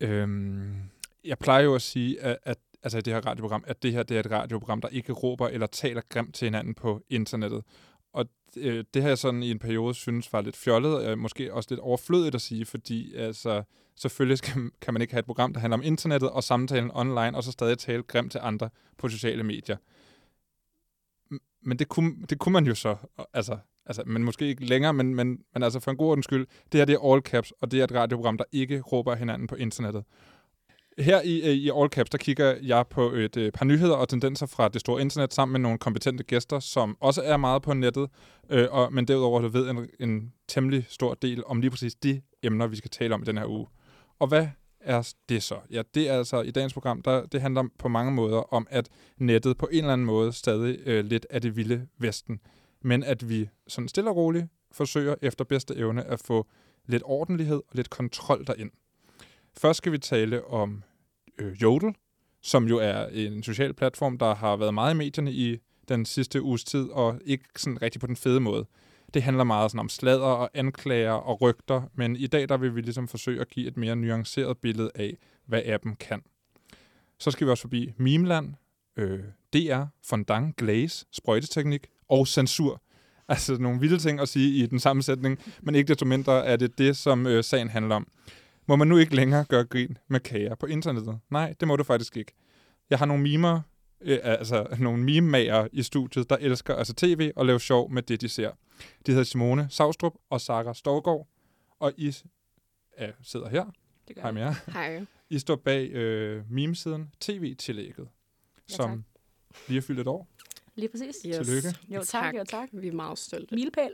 Jeg plejer jo at sige, at altså i det her radioprogram, at det her det er et radioprogram, der ikke råber eller taler grimt til hinanden på internettet. Og det har jeg sådan i en periode synes var lidt fjollet, måske også lidt overflødigt at sige, fordi altså, selvfølgelig kan man ikke have et program, der handler om internettet og samtalen online, og så stadig tale grimt til andre på sociale medier. Men det kunne man jo så, altså, men måske ikke længere, men altså for en god ordens skyld, det her det er all caps, og det er et radioprogram, der ikke råber hinanden på internettet. Her i All Caps, der kigger jeg på et par nyheder og tendenser fra det store internet sammen med nogle kompetente gæster, som også er meget på nettet, men derudover ved en temmelig stor del om lige præcis de emner, vi skal tale om i den her uge. Og hvad er det så? Ja, det er altså i dagens program, det handler på mange måder om, at nettet på en eller anden måde stadig lidt er det vilde vesten, men at vi sådan stille og roligt forsøger efter bedste evne at få lidt ordentlighed og lidt kontrol derind. Først skal vi tale om Jodel, som jo er en social platform, der har været meget i medierne i den sidste uges tid, og ikke sådan rigtig på den fede måde. Det handler meget sådan om sladder og anklager og rygter, men i dag der vil vi ligesom forsøge at give et mere nuanceret billede af, hvad appen kan. Så skal vi også forbi Memeland, DR, fondant, glaze, sprøjteteknik og censur. Altså nogle vilde ting at sige i den samme sætning, men ikke desto mindre er det, som sagen handler om. Må man nu ikke længere gøre grin med kager på internettet? Nej, det må du faktisk ikke. Jeg har nogle mimer, nogle meme-mager i studiet, der elsker altså tv og lave sjov med det, de ser. De hedder Simone Savstrup og Sara Storgård, og I sidder her. Hej med jer. Hej. I står bag memesiden TV-tillægget, som lige er fyldt et år. Lige præcis. Yes. Tillykke. Jo tak. Vi er meget stolte. Milepæl.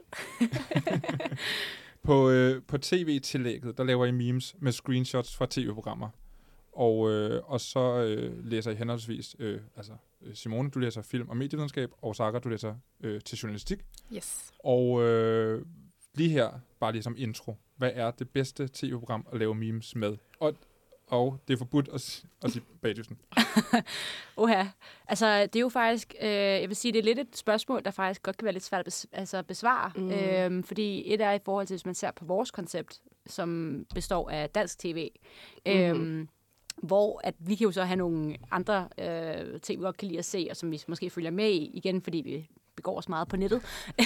På tv-tillægget, der laver I memes med screenshots fra tv-programmer. Og så læser I henholdsvis, Simone, du læser film og medievidenskab, og Sara, du læser til journalistik. Yes. Og lige her, bare lige som intro, hvad er det bedste tv-program at lave memes med? Og det er forbudt at sige bagdysten. Altså, det er jo faktisk, jeg vil sige, det er lidt et spørgsmål, der faktisk godt kan være lidt svært at besvare. Fordi et er i forhold til, hvis man ser på vores koncept, som består af dansk tv, hvor at vi kan jo så have nogle andre ting, vi godt kan lide at se, og som vi måske følger med i igen, fordi vi begår os meget på nettet.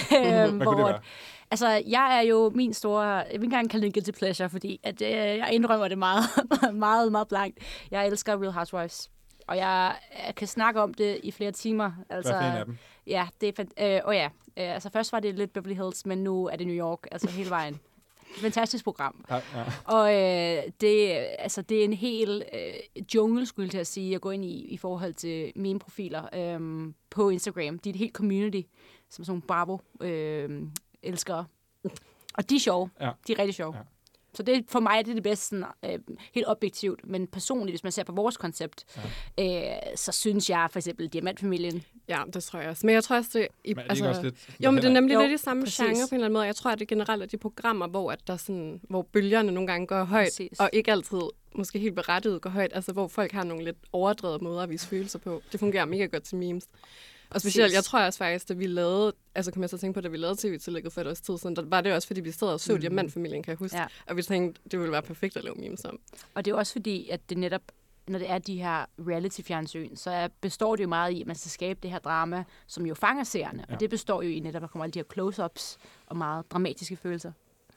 Jeg er jo min store, jeg vil ikke engang kalde det en guilty pleasure, fordi at, jeg indrømmer det meget, meget, meget blankt. Jeg elsker Real Housewives, og jeg kan snakke om det i flere timer. Altså, hvad er en af dem? Ja, det er først var det lidt Beverly Hills, men nu er det New York, altså hele vejen. Fantastisk program. Ja. Og det er en hel jungle, skulle jeg til at sige, at gå ind i forhold til mine profiler på Instagram. De er et helt community, som sådan nogle Bravo-elskere. Og de er sjove. Ja. De er rigtig sjove. Ja. Så det, for mig er det bedste sådan, helt objektivt, men personligt, hvis man ser på vores koncept, så synes jeg for eksempel Diamantfamilien. Ja, det tror jeg også. Men jeg tror også, det men det er nemlig lidt i samme genre på en eller anden måde. Jeg tror, at det generelt er de programmer, hvor bølgerne nogle gange går højt, præcis. Og ikke altid måske helt berettiget går højt, altså hvor folk har nogle lidt overdrevet måder at vise følelser på. Det fungerer mega godt til memes. Og specielt, jeg tror også faktisk, at vi lavede, kom jeg så tænke på, da vi lavede tv-tillægget for et års tid siden, der var det også, fordi vi sad og så Diamantfamilien, kan jeg huske. Ja. Og vi tænkte, det ville være perfekt at lave memes om. Og det er også fordi, at det netop, når det er de her reality-fjernsyn, så består det jo meget i, at man skal skabe det her drama, som jo fanger seerne. Ja. Og det består jo i netop, at der kommer alle de her close-ups og meget dramatiske følelser.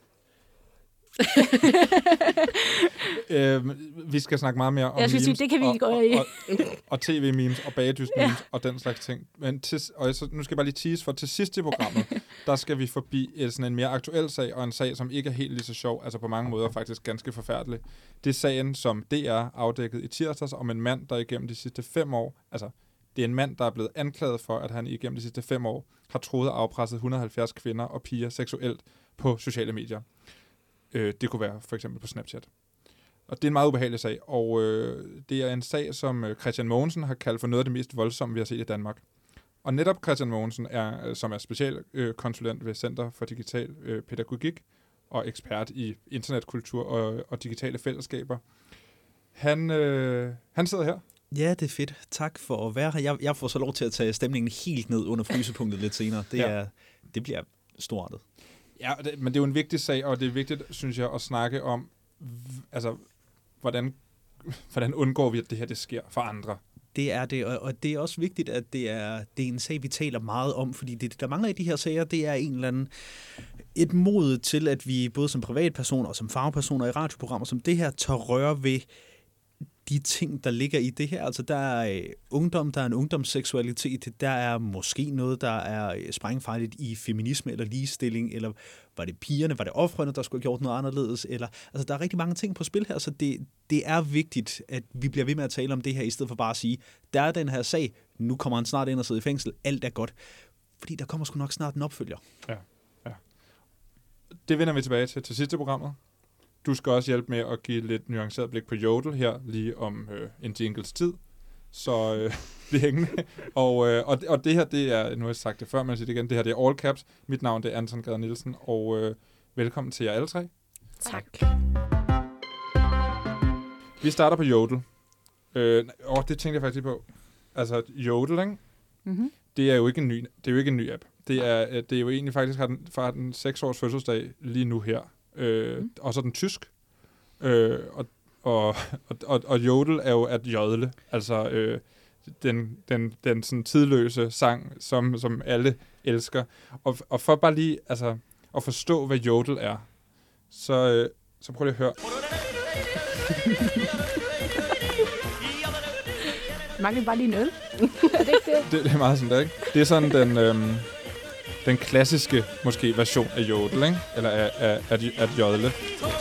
Vi skal snakke meget mere om memes, det kan vi gå i. og tv-memes og bagdyst-memes og den slags ting. Men nu skal jeg bare lige tease, for til sidst i programmet, der skal vi forbi sådan en mere aktuel sag, og en sag, som ikke er helt lige så sjov, altså på mange måder faktisk ganske forfærdelig. Det er sagen, som DR afdækkede i tirsdags om en mand, der igennem de sidste 5 år, altså det er en mand, der er blevet anklaget for, at han igennem de sidste 5 år har truet og afpresset 170 kvinder og piger seksuelt på sociale medier. Det kunne være for eksempel på Snapchat. Og det er en meget ubehagelig sag, og det er en sag, som Christian Mogensen har kaldt for noget af det mest voldsomme, vi har set i Danmark. Og netop Christian Mogensen, som er specialkonsulent ved Center for Digital Pædagogik og ekspert i internetkultur og digitale fællesskaber, han sidder her. Ja, det er fedt. Tak for at være her. Jeg får så lov til at tage stemningen helt ned under frysepunktet lidt senere. Det bliver storartet. Ja, men det er jo en vigtig sag, og det er vigtigt, synes jeg, at snakke om, altså, hvordan hvordan undgår vi, at det her det sker for andre? Det er det, og det er også vigtigt, at det er en sag, vi taler meget om, fordi det, der mangler i de her sager, det er en eller anden et mod til, at vi både som privatpersoner og som fagpersoner i radioprogrammer som det her tør røre ved de ting, der ligger i det her. Altså, der er ungdom, der er en ungdomsseksualitet, der er måske noget, der er sprængfarligt i feminisme eller ligestilling, eller var det pigerne, var det ofrene, der skulle have gjort noget anderledes, eller, altså, der er rigtig mange ting på spil her, så det er vigtigt, at vi bliver ved med at tale om det her, i stedet for bare at sige, der er den her sag, nu kommer han snart ind og sidder i fængsel, alt er godt, fordi der kommer sgu nok snart en opfølger. Ja. Det vender vi tilbage til sidste programmet. Du skal også hjælpe med at give lidt nuanceret blik på Jodel her, lige om en jingles tid. Så bliv hængende. Og det her, det er, nu har jeg sagt det før, men jeg siger det igen, det her det er All Caps. Mit navn det er Anton Gade Nielsen, og velkommen til jer alle tre. Tak. Vi starter på Jodel. Det tænkte jeg faktisk lige på. Altså, Jodel, ikke? Mm-hmm. Det er jo ikke en ny app. Det er jo egentlig faktisk fra den 6 års fødselsdag lige nu her. Og så den tysk. Og Jodel er jo at jodle. Altså den sådan tidløse sang, som alle elsker. Og for bare lige altså, at forstå, hvad Jodel er, så prøv lige at høre. Mangler bare lige en øl. Er det ikke det? Det er meget sådan der, ikke? Det er sådan den klassiske, måske, version af Jodel, ikke? Eller at jodle.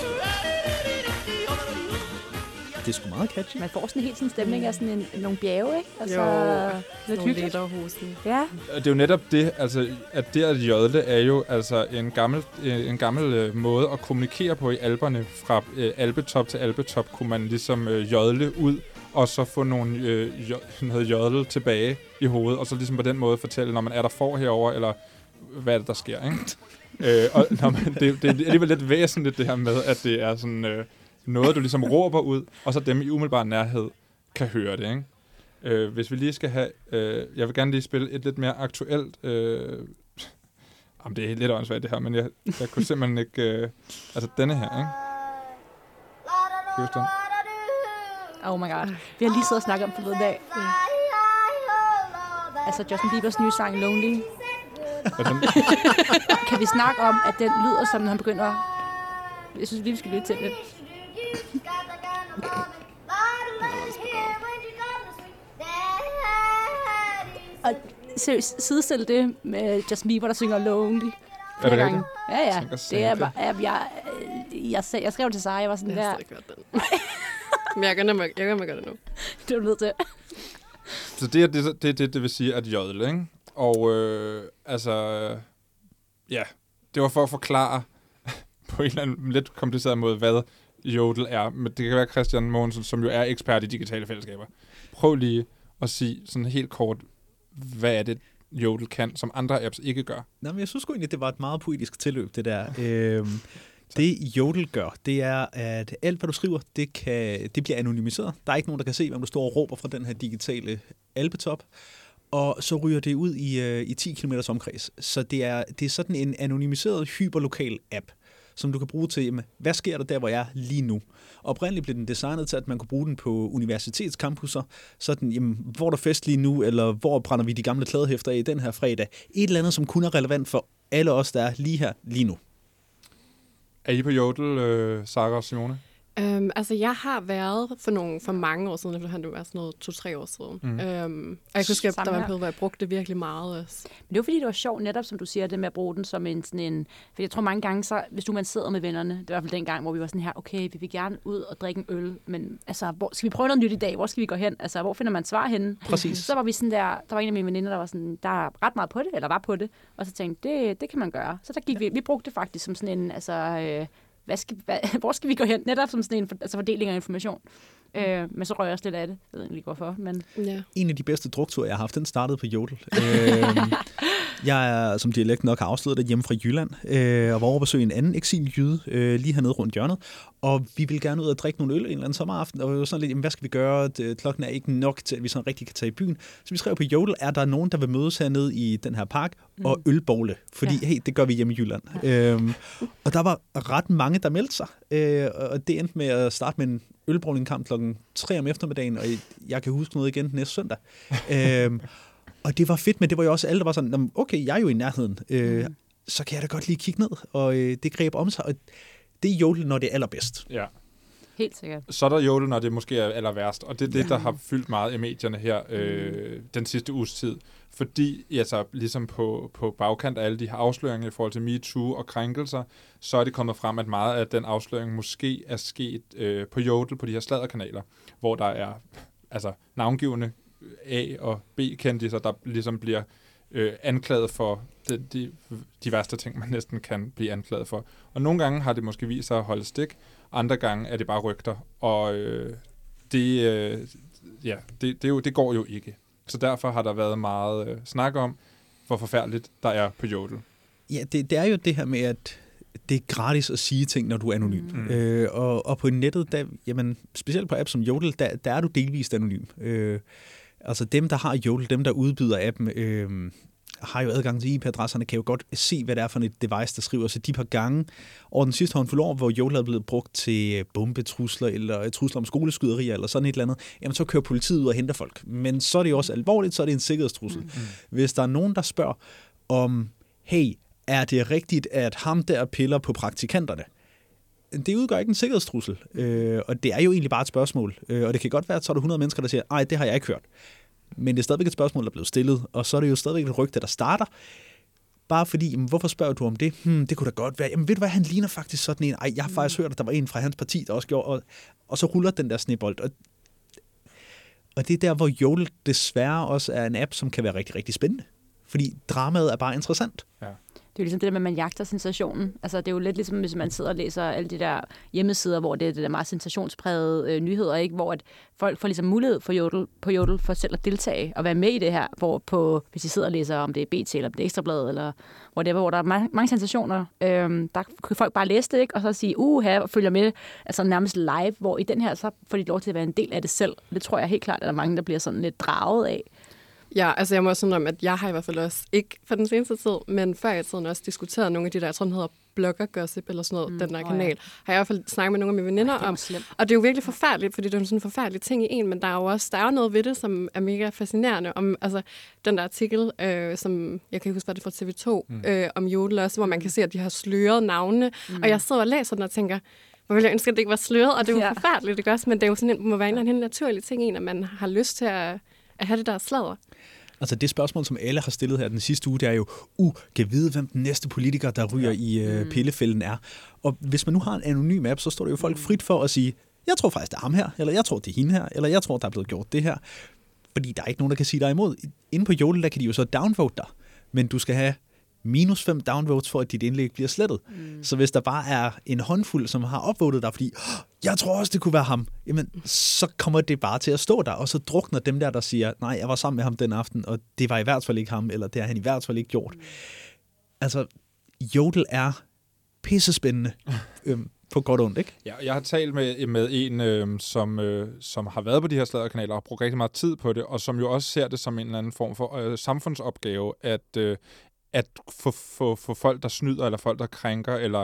Det er sgu meget catchy. Man får sådan helt sådan en stemning af sådan nogle bjerge, ikke? Altså, lidt hyggeligt. Ja. Det er jo netop det, altså, at det at jodle er jo altså en gammel måde at kommunikere på i Alperne. Fra alpetop til alpetop kunne man ligesom jodle ud, og så få noget jodel tilbage i hovedet, og så ligesom på den måde fortælle, når man er der for herover eller hvad er det, der sker, ikke? Og det er alligevel lidt væsentligt, det her med, at det er sådan noget, du ligesom råber ud, og så dem i umiddelbar nærhed kan høre det, ikke? Hvis vi lige skal have... jeg vil gerne lige spille et lidt mere aktuelt... det er lidt åndssvagt det her, men jeg kunne simpelthen ikke... altså denne her, ikke? Høres den? Oh my god. Vi har lige siddet og snakket om forleden dag. Altså Justin Biebers nye sang, Lonely. Kan vi snakke om, at den lyder som, når han begynder... Jeg synes, vi skal lytte til det. Og seriøst, sidestille det med Justin Bieber, der synger Lonely. Er det rigtigt? Ja. Det er bare... Jeg skrev til Sara, jeg var sådan der... Jeg har stadig hørt den. Men jeg kan gøre det nu. Det er du nødt til. Så det vil sige, at jodle, ikke? Og det var for at forklare på en eller anden lidt kompliceret måde, hvad Jodel er. Men det kan være Christian Mogensen, som jo er ekspert i digitale fællesskaber. Prøv lige at sige sådan helt kort, hvad er det, Jodel kan, som andre apps ikke gør? Nå, men jeg synes egentlig, det var et meget poetisk tilløb, det der. Det Jodel gør, det er, at alt, hvad du skriver, det bliver anonymiseret. Der er ikke nogen, der kan se, hvem du står og råber fra den her digitale alpetop. Og så ryger det ud i 10 km omkreds. Så det er sådan en anonymiseret, hyperlokal app, som du kan bruge til, jamen, hvad sker der hvor jeg er lige nu? Oprindeligt blev den designet til, at man kunne bruge den på universitetscampusser, sådan, jamen, hvor er der fest lige nu, eller hvor brænder vi de gamle kladehæfter af den her fredag? Et eller andet, som kun er relevant for alle os, der er lige her, lige nu. Er I på Jodel, Sara og Simone? Altså, jeg har været for mange år siden, efterhånden det var sådan noget 2-3 år siden. Og jeg kunne huske, at der var en periode, hvor jeg brugte det virkelig meget også. Men det var fordi, det var sjovt netop, som du siger, det med at bruge den som sådan en... For jeg tror mange gange, så, hvis man sidder med vennerne, det var i hvert fald den gang, hvor vi var sådan her, okay, vi vil gerne ud og drikke en øl, men altså, hvor skal vi prøve noget nyt i dag? Hvor skal vi gå hen? Altså, hvor finder man svar henne? Præcis. Så var vi sådan der var en af mine veninder, der var sådan, der er ret meget på det, eller var på det, og så tænkte, det kan man gøre. Så der gik vi brugte det faktisk som sådan en, altså... hvor skal vi gå hen? Netop som sådan en fordeling af information. Men så røg jeg også lidt af det. Jeg ved ikke hvorfor. Men... Ja. En af de bedste drukture, jeg har haft, den startede på Jodel. Jeg er, som dialekt nok har afsløret det, hjemme fra Jylland, og var over at besøge en anden eksiljude lige hernede rundt hjørnet. Og vi ville gerne ud og drikke nogle øl en eller anden sommeraften, og vi var sådan lidt, jamen, hvad skal vi gøre? Klokken er ikke nok til, at vi sådan rigtig kan tage i byen. Så vi skrev på Jodel, er der nogen, der vil mødes hernede i den her park og ølbogle? Fordi, hey, det gør vi hjemme i Jylland. Og der var ret mange, der meldte sig. Og det endte med at starte med ølbrowlingkamp klokken 3 om eftermiddagen, og jeg kan huske noget igen næste søndag. Og det var fedt, men det var jo også alle, der var sådan, okay, jeg er jo i nærheden, så kan jeg da godt lige kigge ned, og det greb om sig, og det er jodel, når det er allerbedst. Ja. Helt sikkert. Så er der jodel, når det måske er aller værst, og det er det, der har fyldt meget i medierne her den sidste uges tid. Fordi, altså, ligesom på bagkant af alle de her afsløringer i forhold til MeToo og krænkelser, så er det kommet frem, at meget af den afsløring måske er sket på jodel, på de her sladderkanaler, hvor der er altså navngivende A- og B-kendiser, der ligesom bliver anklaget for de værste ting, man næsten kan blive anklaget for. Og nogle gange har det måske vist sig at holde stik, andre gange er det bare rygter, og det går jo ikke. Så derfor har der været meget snak om, hvor forfærdeligt der er på jodel. Ja, det er jo det her med, at det er gratis at sige ting, når du er anonym. Og på nettet, jamen, specielt på apps som Jodel, der er du delvist anonym. Altså dem, der har Jodel, dem, der udbyder appen, har jo adgang til IP-adresserne, kan jo godt se, hvad det er for et device, der skriver. Så de par gange over den sidste håndfuld år, hvor Jodel er blevet brugt til bombetrusler, eller trusler om skoleskyderier, eller sådan et eller andet, jamen så kører politiet ud og henter folk. Men så er det jo også alvorligt, så er det en sikkerhedstrussel. Hvis der er nogen, der spørger om, hey, er det rigtigt, at ham der piller på praktikanterne? Det udgør ikke en sikkerhedstrussel, og det er jo egentlig bare et spørgsmål. Og det kan godt være, at så er der 100 mennesker, der siger, ej, det har jeg ikke hørt. Men det er stadigvæk et spørgsmål, der er blevet stillet, og så er det jo stadigvæk et rygte, der starter. Bare fordi, hvorfor spørger du om det? Det kunne da godt være. Jamen ved du hvad, han ligner faktisk sådan en. Ej, jeg har faktisk hørt, at der var en fra hans parti, der også gjorde, og så ruller den der snebold. Og det er der, hvor Jodel desværre også er en app, som kan være rigtig, rigtig spændende. Fordi dramaet er bare interessant. Ja. Det er jo ligesom det der med, at man jagter sensationen. Altså, det er jo lidt ligesom, hvis man sidder og læser alle de der hjemmesider, hvor det er det der meget sensationsprægede nyheder, ikke? Hvor at folk får ligesom mulighed på Jodel for selv at deltage og være med i det her, hvis de sidder og læser, om det er BT eller om det er Ekstrabladet, eller hvor der er mange sensationer. Der kan folk bare læse det, ikke? Og så sige, og følger med, altså nærmest live, hvor i den her, så får de lov til at være en del af det selv. Det tror jeg helt klart, at der er mange, der bliver sådan lidt draget af. Ja, altså jeg må også indrømme, at jeg har i hvert fald også, ikke for den seneste tid, men før i tiden også diskuteret nogle af de der, jeg tror den hedder blogger-gossip eller sådan noget, den der kanal, har jeg i hvert fald snakket med nogle af mine veninder om. Og det er jo virkelig forfærdeligt, fordi det er sådan en forfærdelig ting i en, men der er jo noget ved det, som er mega fascinerende. Om, altså den der artikel, som jeg kan ikke huske, hvad det fra TV2, om Jodel også, hvor man kan se, at de har sløret navnene. Og jeg sidder og læser den og tænker, hvor ville jeg ønske, at det ikke var sløret, og det er jo forfærdeligt, ikke også? Men det er jo sådan må være en helt naturlig ting i en, at man har lyst til at have det der sladder. Altså det spørgsmål, som alle har stillet her den sidste uge, det er jo, kan vide, hvem den næste politiker, der ryger i pillefælden er. Og hvis man nu har en anonym app, så står det jo folk frit for at sige, jeg tror faktisk, det er ham her, eller jeg tror, det er hende her, eller jeg tror, der er blevet gjort det her. Fordi der er ikke nogen, der kan sige dig imod. Inde på Jodel, der kan de jo så downvote dig, men du skal have -5 downvotes for, at dit indlæg bliver slettet. Så hvis der bare er en håndfuld, som har upvotet dig, fordi jeg tror også, det kunne være ham, jamen, så kommer det bare til at stå der, og så drukner dem der siger, nej, jeg var sammen med ham den aften, og det var i hvert fald ikke ham, eller det har han i hvert fald ikke gjort. Altså, Jodel er pissespændende på godt og ondt, ikke? Ja, jeg har talt med en, som har været på de her sladderkanaler og brugt rigtig meget tid på det, og som jo også ser det som en eller anden form for samfundsopgave, at få folk, der snyder, eller folk, der krænker, eller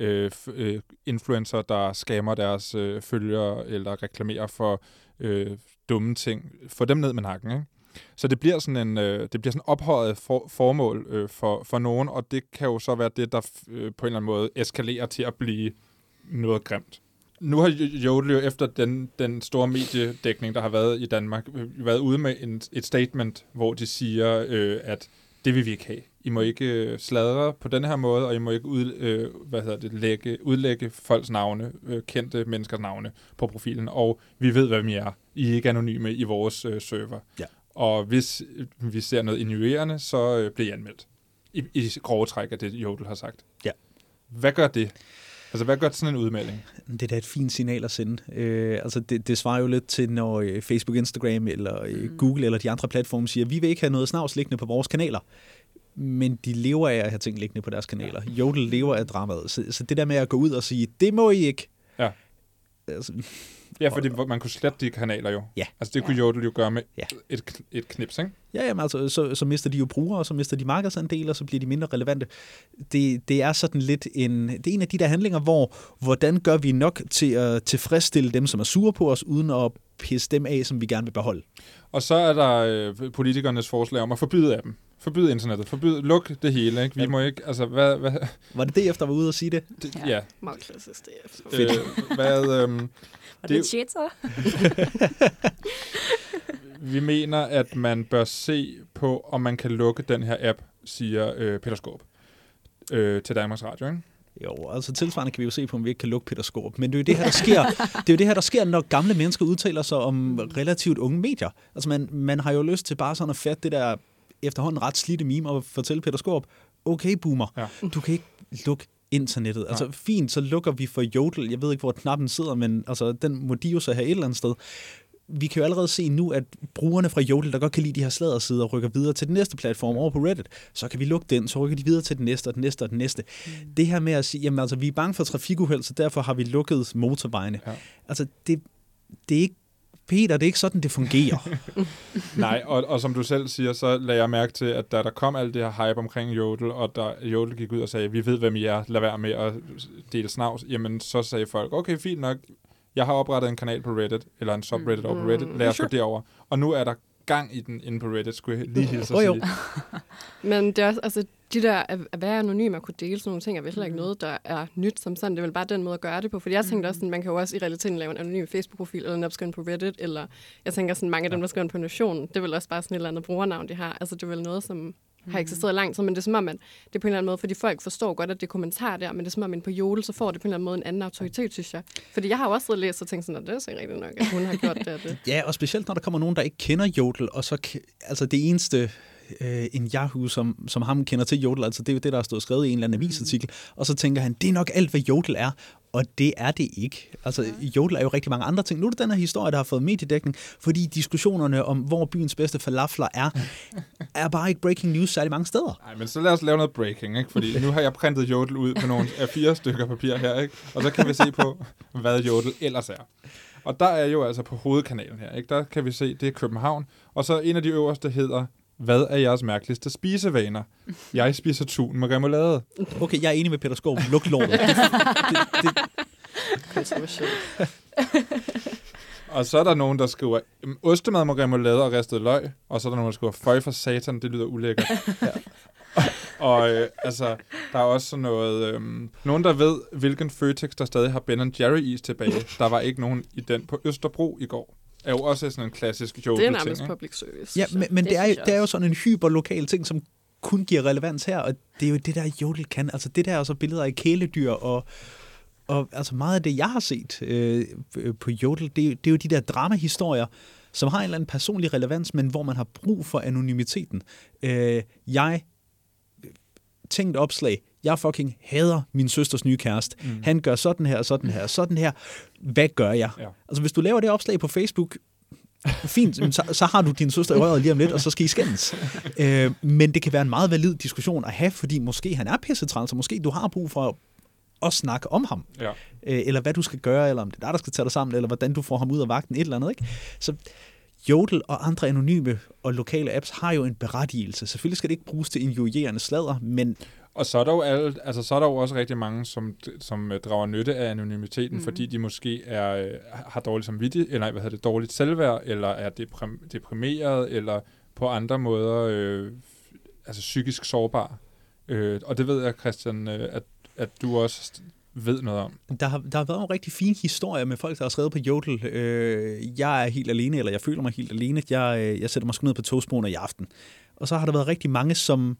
influencer, der scammer deres følgere, eller reklamerer for dumme ting, få dem ned med nakken, ikke? Så det bliver sådan en ophøjet formål for nogen, og det kan jo så være det, der på en eller anden måde eskalerer til at blive noget grimt. Nu har Jodel jo efter den store mediedækning, der har været i Danmark, været ude med et statement, hvor de siger, at det vil vi ikke have. I må ikke sladre på den her måde, og I må ikke udlægge folks navne, kendte menneskers navne på profilen, og vi ved, hvem I er. I er ikke anonyme i vores server. Ja. Og hvis vi ser noget injurierende, så bliver I anmeldt. I grove træk af det, Jodel har sagt. Ja. Hvad gør det? Altså, hvad gør sådan en udmelding? Det er da et fint signal at sende. Altså, det svarer jo lidt til, når Facebook, Instagram eller Google eller de andre platforme siger, vi vil ikke have noget snavs liggende på vores kanaler. Men de lever af at have ting liggende på deres kanaler. Jodel lever af dramaet. Så det der med at gå ud og sige, det må I ikke. Ja. Altså, Ja, fordi man kunne slette de kanaler jo. Ja. Altså det kunne Jodel jo gøre med et knips, ikke? Ja, jamen, altså, så mister de jo brugere, og så mister de markedsandel, og så bliver de mindre relevante. Det er sådan lidt det er en af de der handlinger, hvordan gør vi nok til at tilfredsstille dem, som er sure på os, uden at pisse dem af, som vi gerne vil beholde. Og så er der politikernes forslag om at forbyde dem. Forbyde internettet. Luk det hele, ikke? Vi må ikke, altså, hvad... Var det DF, der var ude og sige det? Ja. Meget klassisk DF. Og det er shit, så? Vi mener, at man bør se på, om man kan lukke den her app, siger Peter Skaarup til Danmarks Radio, ikke? Jo, altså tilsvarende kan vi jo se på, om vi ikke kan lukke Peter Skaarup. Men det er jo det her, der sker. Det er jo det her, der sker, når gamle mennesker udtaler sig om relativt unge medier. Altså man har jo lyst til bare sådan at fatte det der efterhånden ret slidte meme og fortælle Peter Skaarup, okay boomer, du kan ikke lukke internettet. Altså fint, så lukker vi for Jodel. Jeg ved ikke, hvor knappen sidder, men altså, den må de jo så have et eller andet sted. Vi kan jo allerede se nu, at brugerne fra Jodel, der godt kan lide de her sladdersider, rykker videre til den næste platform over på Reddit. Så kan vi lukke den, så rykker de videre til den næste og den næste og den næste. Det her med at sige, jamen altså, vi er bange for trafikuheld, så derfor har vi lukket motorvejene. Ja. Altså, det er ikke Peter, det er ikke sådan, det fungerer. Nej, og som du selv siger, så lagde jeg mærke til, at da der kom alt det her hype omkring Jodel, og da Jodel gik ud og sagde, vi ved, hvem I er, lad være med at dele snavs, jamen så sagde folk, okay, fint nok, jeg har oprettet en kanal på Reddit, eller en subreddit over på Reddit, lad os gå derover. Og nu er der gang i den inde på Reddit, skulle jeg lige hilse at sige. Men det er også, altså, de der at være anonym og kunne dele sådan nogle ting, er virkelig ikke noget, der er nyt som sådan. Det er vel bare den måde at gøre det på. Fordi jeg tænkte også sådan, man kan jo også i realiteten lave en anonym Facebook-profil, eller en opskriven på Reddit, eller jeg tænker sådan, mange af dem, der skriver på Notion, det er vel også bare sådan et eller andet brugernavn, de har. Altså det er vel noget, som har eksisteret lang tid, men det er som om, at det er på en eller anden måde, fordi folk forstår godt, at det er kommentarer der, men det er som om, at på Jodel, så får det på en eller anden måde en anden autoritet, synes jeg. Fordi jeg har jo også siddet og læst og tænkt sådan, at det er så rigtigt nok, at hun har gjort det og det. Ja, og specielt når der kommer nogen, der ikke kender Jodel, og så altså det eneste en Yahoo, som ham kender til Jodel, altså det er jo det, der har stået skrevet i en eller anden avisartikel, og så tænker han, det er nok alt, hvad Jodel er, og det er det ikke. Altså, Jodel er jo rigtig mange andre ting. Nu er det den her historie, der har fået mediedækning, fordi diskussionerne om, hvor byens bedste falafler er bare ikke breaking news særlig mange steder. Nej, men så lad os lave noget breaking, ikke? Fordi nu har jeg printet Jodel ud på nogle af 4 stykker papir her, ikke? Og så kan vi se på, hvad Jodel ellers er. Og der er jo altså på hovedkanalen her, ikke? Der kan vi se, det er København, og så en af de øverste hedder, hvad er jeres mærkeligste spisevaner? Jeg spiser tun med remoulade. Okay, jeg er enig med Peter Skaarup. Luk lortet. Og så er der nogen, der skriver ostemad med remoulade og ristet løg, og så er der nogen, der skriver føj for satan, det lyder ulækkert. Og altså, der er også sådan noget... nogen, der ved, hvilken Føtex, der stadig har Ben & Jerry-is tilbage. Der var ikke nogen i den på Østerbro i går. Er jo også sådan en klassisk Jodel-ting. Det er nærmest public service. Ja, men det er jo sådan en hyperlokal ting, som kun giver relevans her, og det er jo det, der Jodel kan. Altså det der er så billeder af kæledyr, og altså meget af det, jeg har set på Jodel, det er jo de der dramahistorier, som har en eller anden personlig relevans, men hvor man har brug for anonymiteten. Jeg tænkt opslag. Jeg fucking hader min søsters nye kæreste. Han gør sådan her, sådan her, sådan her. Hvad gør jeg? Ja. Altså, hvis du laver det opslag på Facebook, fint, så har du din søster i røret lige om lidt, og så skal I skændes. Men det kan være en meget valid diskussion at have, fordi måske han er pissetræls, og måske du har brug for at snakke om ham. Ja. Eller hvad du skal gøre, eller om det er der skal tage dig sammen, eller hvordan du får ham ud af vagten, et eller andet, ikke? Så Jodel og andre anonyme og lokale apps har jo en berettigelse. Selvfølgelig skal det ikke bruges til injurierende sladder, men... Og så er der jo, så er der jo også rigtig mange, som drager nytte af anonymiteten, fordi de måske har dårligt samvittighed, eller dårligt selvværd, eller er deprimeret, eller på andre måder psykisk sårbar. Og det ved jeg, Christian, at du også ved noget om. Der har været en rigtig fin historie med folk, der har skrevet på Jodel. Jeg er helt alene, eller jeg føler mig helt alene. Jeg sætter mig sgu ned på togsporene i aften. Og så har der været rigtig mange, som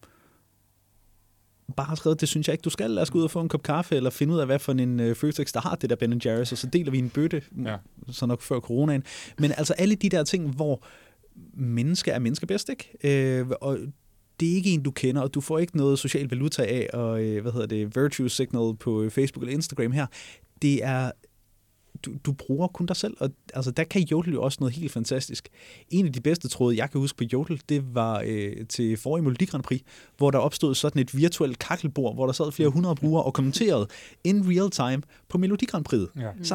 bare har skrevet, det synes jeg ikke, du skal. Lad os gå ud og få en kop kaffe, eller finde ud af, hvad for en Føtex, der har det der Ben & Jerry's, og så deler vi en bøtte, så nok før coronaen. Men altså alle de der ting, hvor mennesker er mennesker bedst, ikke? Og det er ikke en, du kender, og du får ikke noget social valuta af, og virtue signal på Facebook eller Instagram her. Det er, du bruger kun dig selv, og altså, der kan Jodel jo også noget helt fantastisk. En af de bedste tråde, jeg kan huske på Jodel, det var til forrige Melodi Grand Prix, hvor der opstod sådan et virtuelt kakkelbord, hvor der sad flere hundrede brugere og kommenterede in real time på Melodi Grand Prix sammen.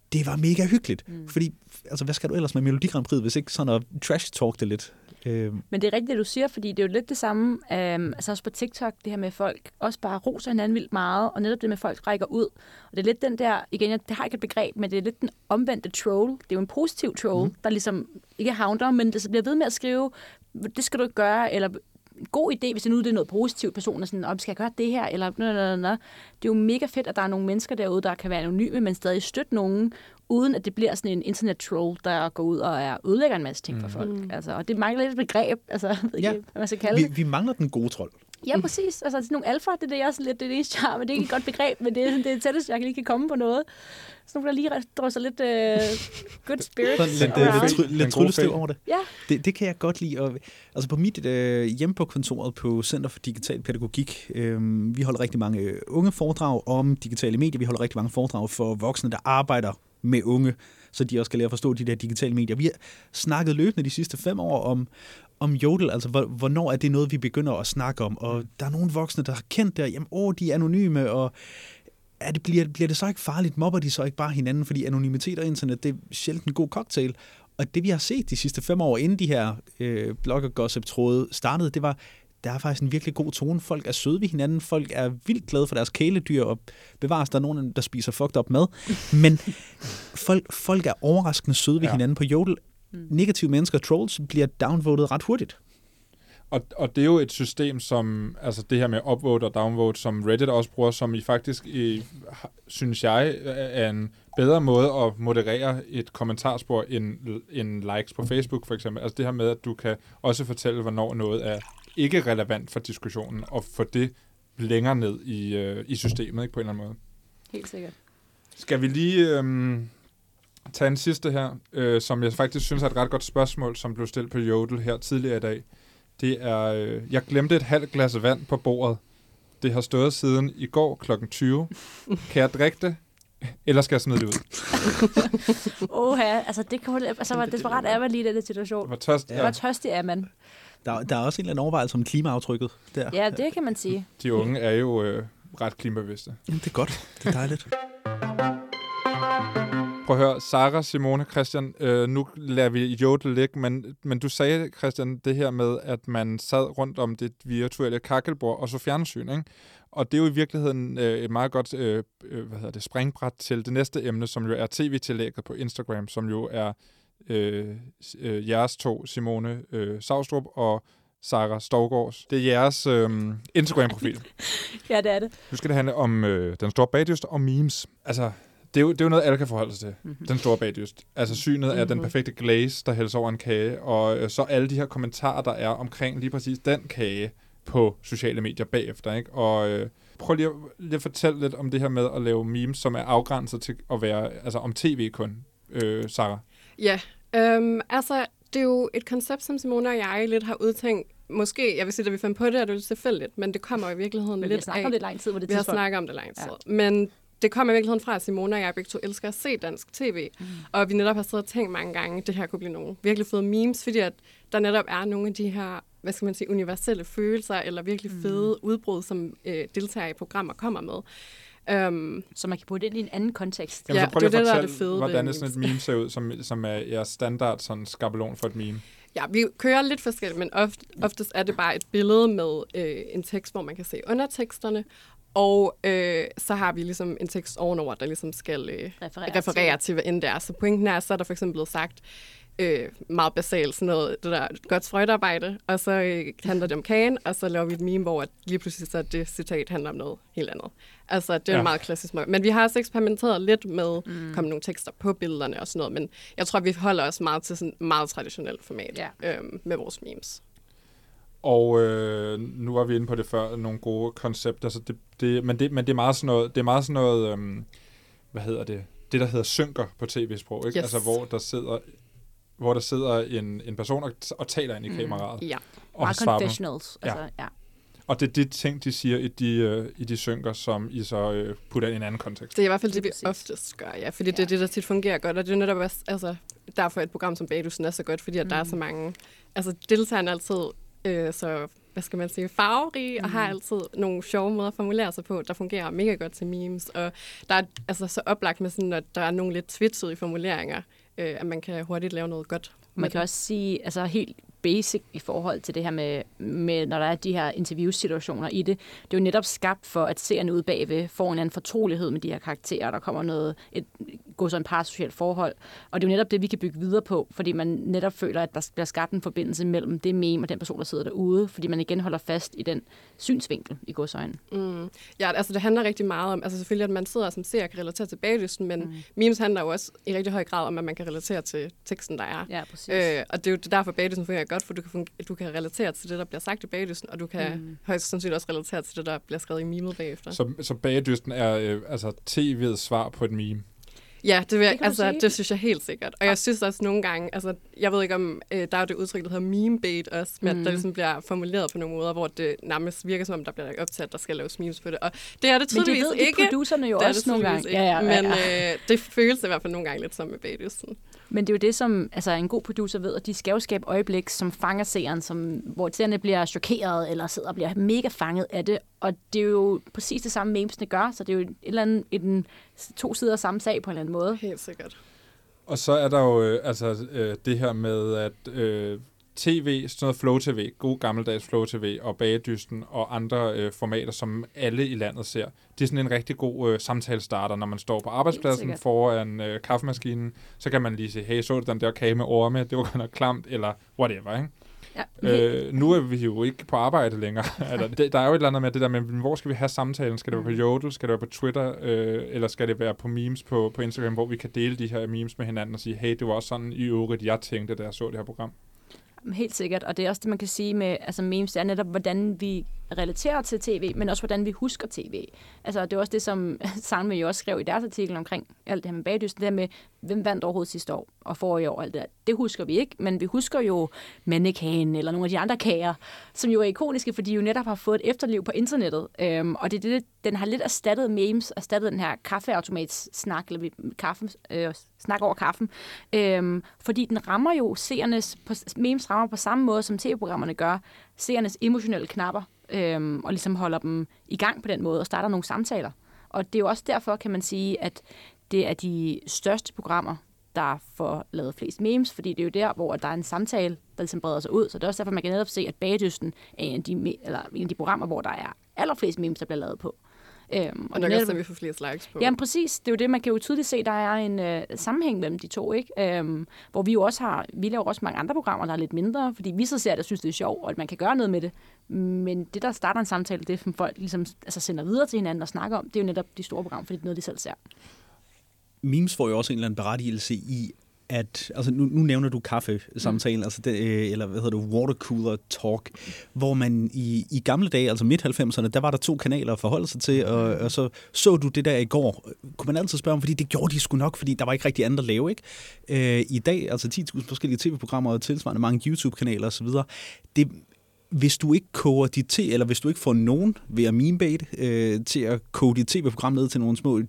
det var mega hyggeligt. Fordi, altså, hvad skal du ellers med Melodi Grand Prix, hvis ikke sådan at trash-talk det lidt? Men det er rigtigt, det du siger, fordi det er jo lidt det samme, altså også på TikTok, det her med folk også bare roser hinanden vildt meget, og netop det med, at folk rækker ud. Og det er lidt den der, igen, det har ikke et begreb, men det er lidt den omvendte troll. Det er jo en positiv troll, der ligesom ikke havner, men det så bliver ved med at skrive, det skal du ikke gøre, eller god idé, hvis det nu er noget positivt, personen er sådan, skal jeg gøre det her, eller Det er jo mega fedt, at der er nogle mennesker derude, der kan være anonyme, men stadig støtte nogen, uden at det bliver sådan en internet-troll, der går ud og ødelægger en masse ting for folk. Altså, og det mangler lidt et begreb, altså, hvad man skal kalde det. Vi mangler den gode trold. Ja, præcis. Altså, sådan nogle alfa, det er det også lidt det eneste, jeg har, men det er ikke et godt begreb, men det er det tætteste, jeg lige kan komme på noget. Så nu der lige drøser lidt good spirits. Lidt tryllestøv over det. Ja. Det kan jeg godt lide. Og, altså på mit hjemme på kontoret på Center for Digital Pædagogik, vi holder rigtig mange unge foredrag om digitale medier. Vi holder rigtig mange foredrag for voksne, der arbejder med unge, så de også kan lære at forstå de der digitale medier. Vi har snakket løbende de sidste 5 år om Jodel, altså hvornår er det noget, vi begynder at snakke om, og der er nogle voksne, der har kendt det, og de er anonyme, og bliver det så ikke farligt? Mobber de så ikke bare hinanden? Fordi anonymitet og internet, det er sjældent en god cocktail. Og det vi har set de sidste 5 år, inden de her blogger-gossip-tråde startede, det var, der er faktisk en virkelig god tone. Folk er søde ved hinanden, folk er vildt glade for deres kæledyr, og bevares, der er nogen, der spiser fucked up mad. Men folk er overraskende søde ved hinanden på Jodel. Negative mennesker, trolls, bliver downvoted ret hurtigt. Og det er jo et system, som, altså det her med upvote og downvote, som Reddit også bruger, som I faktisk, synes jeg, er en bedre måde at moderere et kommentarspor end likes på Facebook for eksempel. Altså det her med, at du kan også fortælle, hvornår noget er ikke relevant for diskussionen, og få det længere ned i systemet, ikke, på en eller anden måde. Helt sikkert. Skal vi lige tage en sidste her, som jeg faktisk synes er et ret godt spørgsmål, som blev stillet på Jodel her tidligere i dag. Det er, jeg glemte et halvt glas vand på bordet. Det har stået siden i går kl. 20. Kan jeg drikke det, eller skal jeg smide det ud? Altså det kan hvor desperat er man lige i den situation. Hvor tørstig er man. Der er også en eller anden overvejelse om klimaaftrykket der. Ja, det kan man sige. De unge er jo ret klimabevidste. Det er godt. Det er dejligt. Prøv at høre, Sara, Simone, Christian, nu lader vi Jodel ligge, men du sagde, Christian, det her med, at man sad rundt om det virtuelle kakkelbord og så fjernsyn, ikke? Og det er jo i virkeligheden et meget godt springbræt til det næste emne, som jo er tv-tillægget på Instagram, som jo er jeres to, Simone Savstrup og Sara Stovgaards. Det er jeres Instagram-profil. Ja, det er det. Nu skal det handle om den store bagdyst og memes. Altså, det er jo noget, alle kan forholde sig til. Den store bagdyst. Altså synet af den perfekte glaze, der hældes over en kage, og så alle de her kommentarer, der er omkring lige præcis den kage på sociale medier bagefter, ikke? Og prøv lige at fortælle lidt om det her med at lave memes, som er afgrænset til at være altså om tv kun, Sara. Ja, altså det er jo et koncept, som Simone og jeg lidt har udtænkt. Måske, jeg vil sige, at vi fandt på det, er det lidt tilfældigt, men det kommer i virkeligheden lidt af. Vi har snakket om det lang tid, hvor det vi har snakket om det lang tid. Ja. Men det kommer i virkeligheden fra, at Simone og jeg begge to elsker at se dansk tv. Og vi netop har siddet og tænkt mange gange, at det her kunne blive nogle virkelig fede memes, fordi at der netop er nogle af de her, hvad skal man sige, universelle følelser, eller virkelig fede udbrud, som deltagere i programmer kommer med. Så man kan putte det ind i en anden kontekst. Jamen, så prøv lige at fortælle, hvordan sådan et meme ser ud, som er jeres standard sådan skabelon for et meme. Ja, vi kører lidt forskelligt, men oftest er det bare et billede med en tekst, hvor man kan se underteksterne, og så har vi ligesom en tekst ovenover, der ligesom skal referere til, hvad end det er. Så pointen er, så er der for eksempel blevet sagt meget basalt sådan noget, det der godt sprøjtearbejde, og så handler det om kagen, og så laver vi et meme, hvor lige pludselig så det citat handler om noget helt andet. Altså, det er en meget klassisk måde. Men vi har også eksperimenteret lidt med at komme nogle tekster på billederne og sådan noget, men jeg tror, vi holder os meget til sådan meget traditionelt format med vores memes. Og nu var vi inde på det før, nogle gode koncepter, så men det er meget sådan noget, hvad hedder det? Det, der hedder synker på tv-sprog, ikke? Yes. Altså, hvor der sidder en person og taler ind i kameraet. Ja. Og meget confessionals. Altså, ja. Og det er de ting, de siger i de synker, som I så putter ind i en anden kontekst. Det er i hvert fald det, vi oftest gør, ja. Fordi det er det, der tit fungerer godt. Og det er netop også, altså, derfor et program som Bagdysten er så godt, fordi at der er så mange, altså deltagerne altid så hvad skal man sige, farverige, og har altid nogle sjove måder at formulere sig på, der fungerer mega godt til memes. Og der er altså så oplagt med sådan, at der er nogle lidt twitchede formuleringer, at man kan hurtigt lave noget godt. Man kan også sige, altså helt basic i forhold til det her med når der er de her interviewsituationer i det. Det er jo netop skabt for, at seerne ude bagved får en anden fortrolighed med de her karakterer. Der kommer går så en parasocialt forhold. Og det er jo netop det, vi kan bygge videre på, fordi man netop føler, at der bliver skabt en forbindelse mellem det meme og den person, der sidder derude, fordi man igen holder fast i den synsvinkel i godsøjne. Ja, altså det handler rigtig meget om, altså selvfølgelig, at man sidder som seer og kan relatere til baglysten, men memes handler jo også i rigtig høj grad om, at man kan relatere til teksten, der er. Ja, præcis. Og det er jo derfor, baglysten fungerer godt, for du kan relatere til det, der bliver sagt i baglysten, og du kan højst sandsynligt også relatere til det, der bliver skrevet i memet bagefter. Så bagdysten er altså tv'ets svar på et meme? Ja, det synes jeg helt sikkert. Og jeg synes også nogle gange, altså jeg ved ikke om, der er jo det udtryk, der hedder meme-bait også, med at der ligesom bliver formuleret på nogle måder, hvor det nærmest virker som om, der bliver op til, at der skal laves memes på det. Og det er det tydeligvis ikke. Men det ved producerne jo også nogle gange. Ja. Men det føles i hvert fald nogle gange lidt som med bagdysten. Men det er jo det, som en god producer ved, at de skal jo skabe øjeblik, som fanger seeren, hvor seerne bliver chokeret, eller sidder og bliver mega fanget af det. Og det er jo præcis det samme, memesene gør, så det er jo et eller andet, to sider af samme sag på en eller anden måde. Helt sikkert. Og så er der jo det her med, at tv, sådan noget Flow TV, god gammeldags Flow TV og Bagedysten og andre formater, som alle i landet ser, det er sådan en rigtig god samtalestarter, når man står på arbejdspladsen foran kaffemaskinen, så kan man lige sige, hey, så du den der kage med orme, det var godt nok klamt, eller whatever, ikke? Ja. Nu er vi jo ikke på arbejde længere. Der er jo et eller andet med det der med, hvor skal vi have samtalen? Skal det være på Jodel? Skal det være på Twitter? Eller skal det være på memes på Instagram, hvor vi kan dele de her memes med hinanden og sige, hey, det var også sådan i øvrigt, jeg tænkte, da jeg så det her program? Helt sikkert, og det er også det, man kan sige med memes, det er netop, hvordan vi relaterer til tv, men også hvordan vi husker tv. Altså, det er også det, som Sangme jo også skrev i deres artikel omkring alt det her med bagdysten, det her med, hvem vandt overhovedet sidste år og forrige år, alt det der. Det husker vi ikke, men vi husker jo mandekagen eller nogle af de andre kager, som jo er ikoniske, fordi de jo netop har fået et efterliv på internettet. Og det er det, den har lidt erstattet memes, erstattet den her kaffeautomats-snak, eller snak over kaffen, fordi den rammer jo memes rammer på samme måde, som tv-programmerne gør, seernes emotionelle knapper, og ligesom holder dem i gang på den måde, og starter nogle samtaler. Og det er jo også derfor, kan man sige, at det er de største programmer, der får lavet flest memes, fordi det er jo der, hvor der er en samtale, der ligesom breder sig ud. Så det er også derfor, man kan netop se, at Bagedysten er en af de programmer, hvor der er allerflest memes, der bliver lavet på. Og der kan vi få flere likes på. Jamen præcis, det er jo det, man kan jo tydeligt se, der er en sammenhæng mellem de to, ikke? Hvor vi jo også vi laver også mange andre programmer, der er lidt mindre, fordi vi så ser det og synes, det er sjovt, og at man kan gøre noget med det. Men det, der starter en samtale, det som folk ligesom sender videre til hinanden og snakker om, det er jo netop de store programmer, fordi det er noget, de selv ser. Memes får jo også en eller anden berettigelse i, at, altså nu nævner du kaffesamtalen, altså eller hvad hedder det, watercooler talk, hvor man i gamle dage, altså midt-90'erne, der var der 2 kanaler at forholde sig til, og så du det der i går. Kunne man altid spørge om, fordi det gjorde de sgu nok, fordi der var ikke rigtig andet at lave, ikke? I dag, altså 10.000 forskellige tv-programmer og tilsvarende mange YouTube-kanaler osv., hvis du ikke koger eller hvis du ikke får nogen ved at memebait til at koge dit tv-program ned til nogle små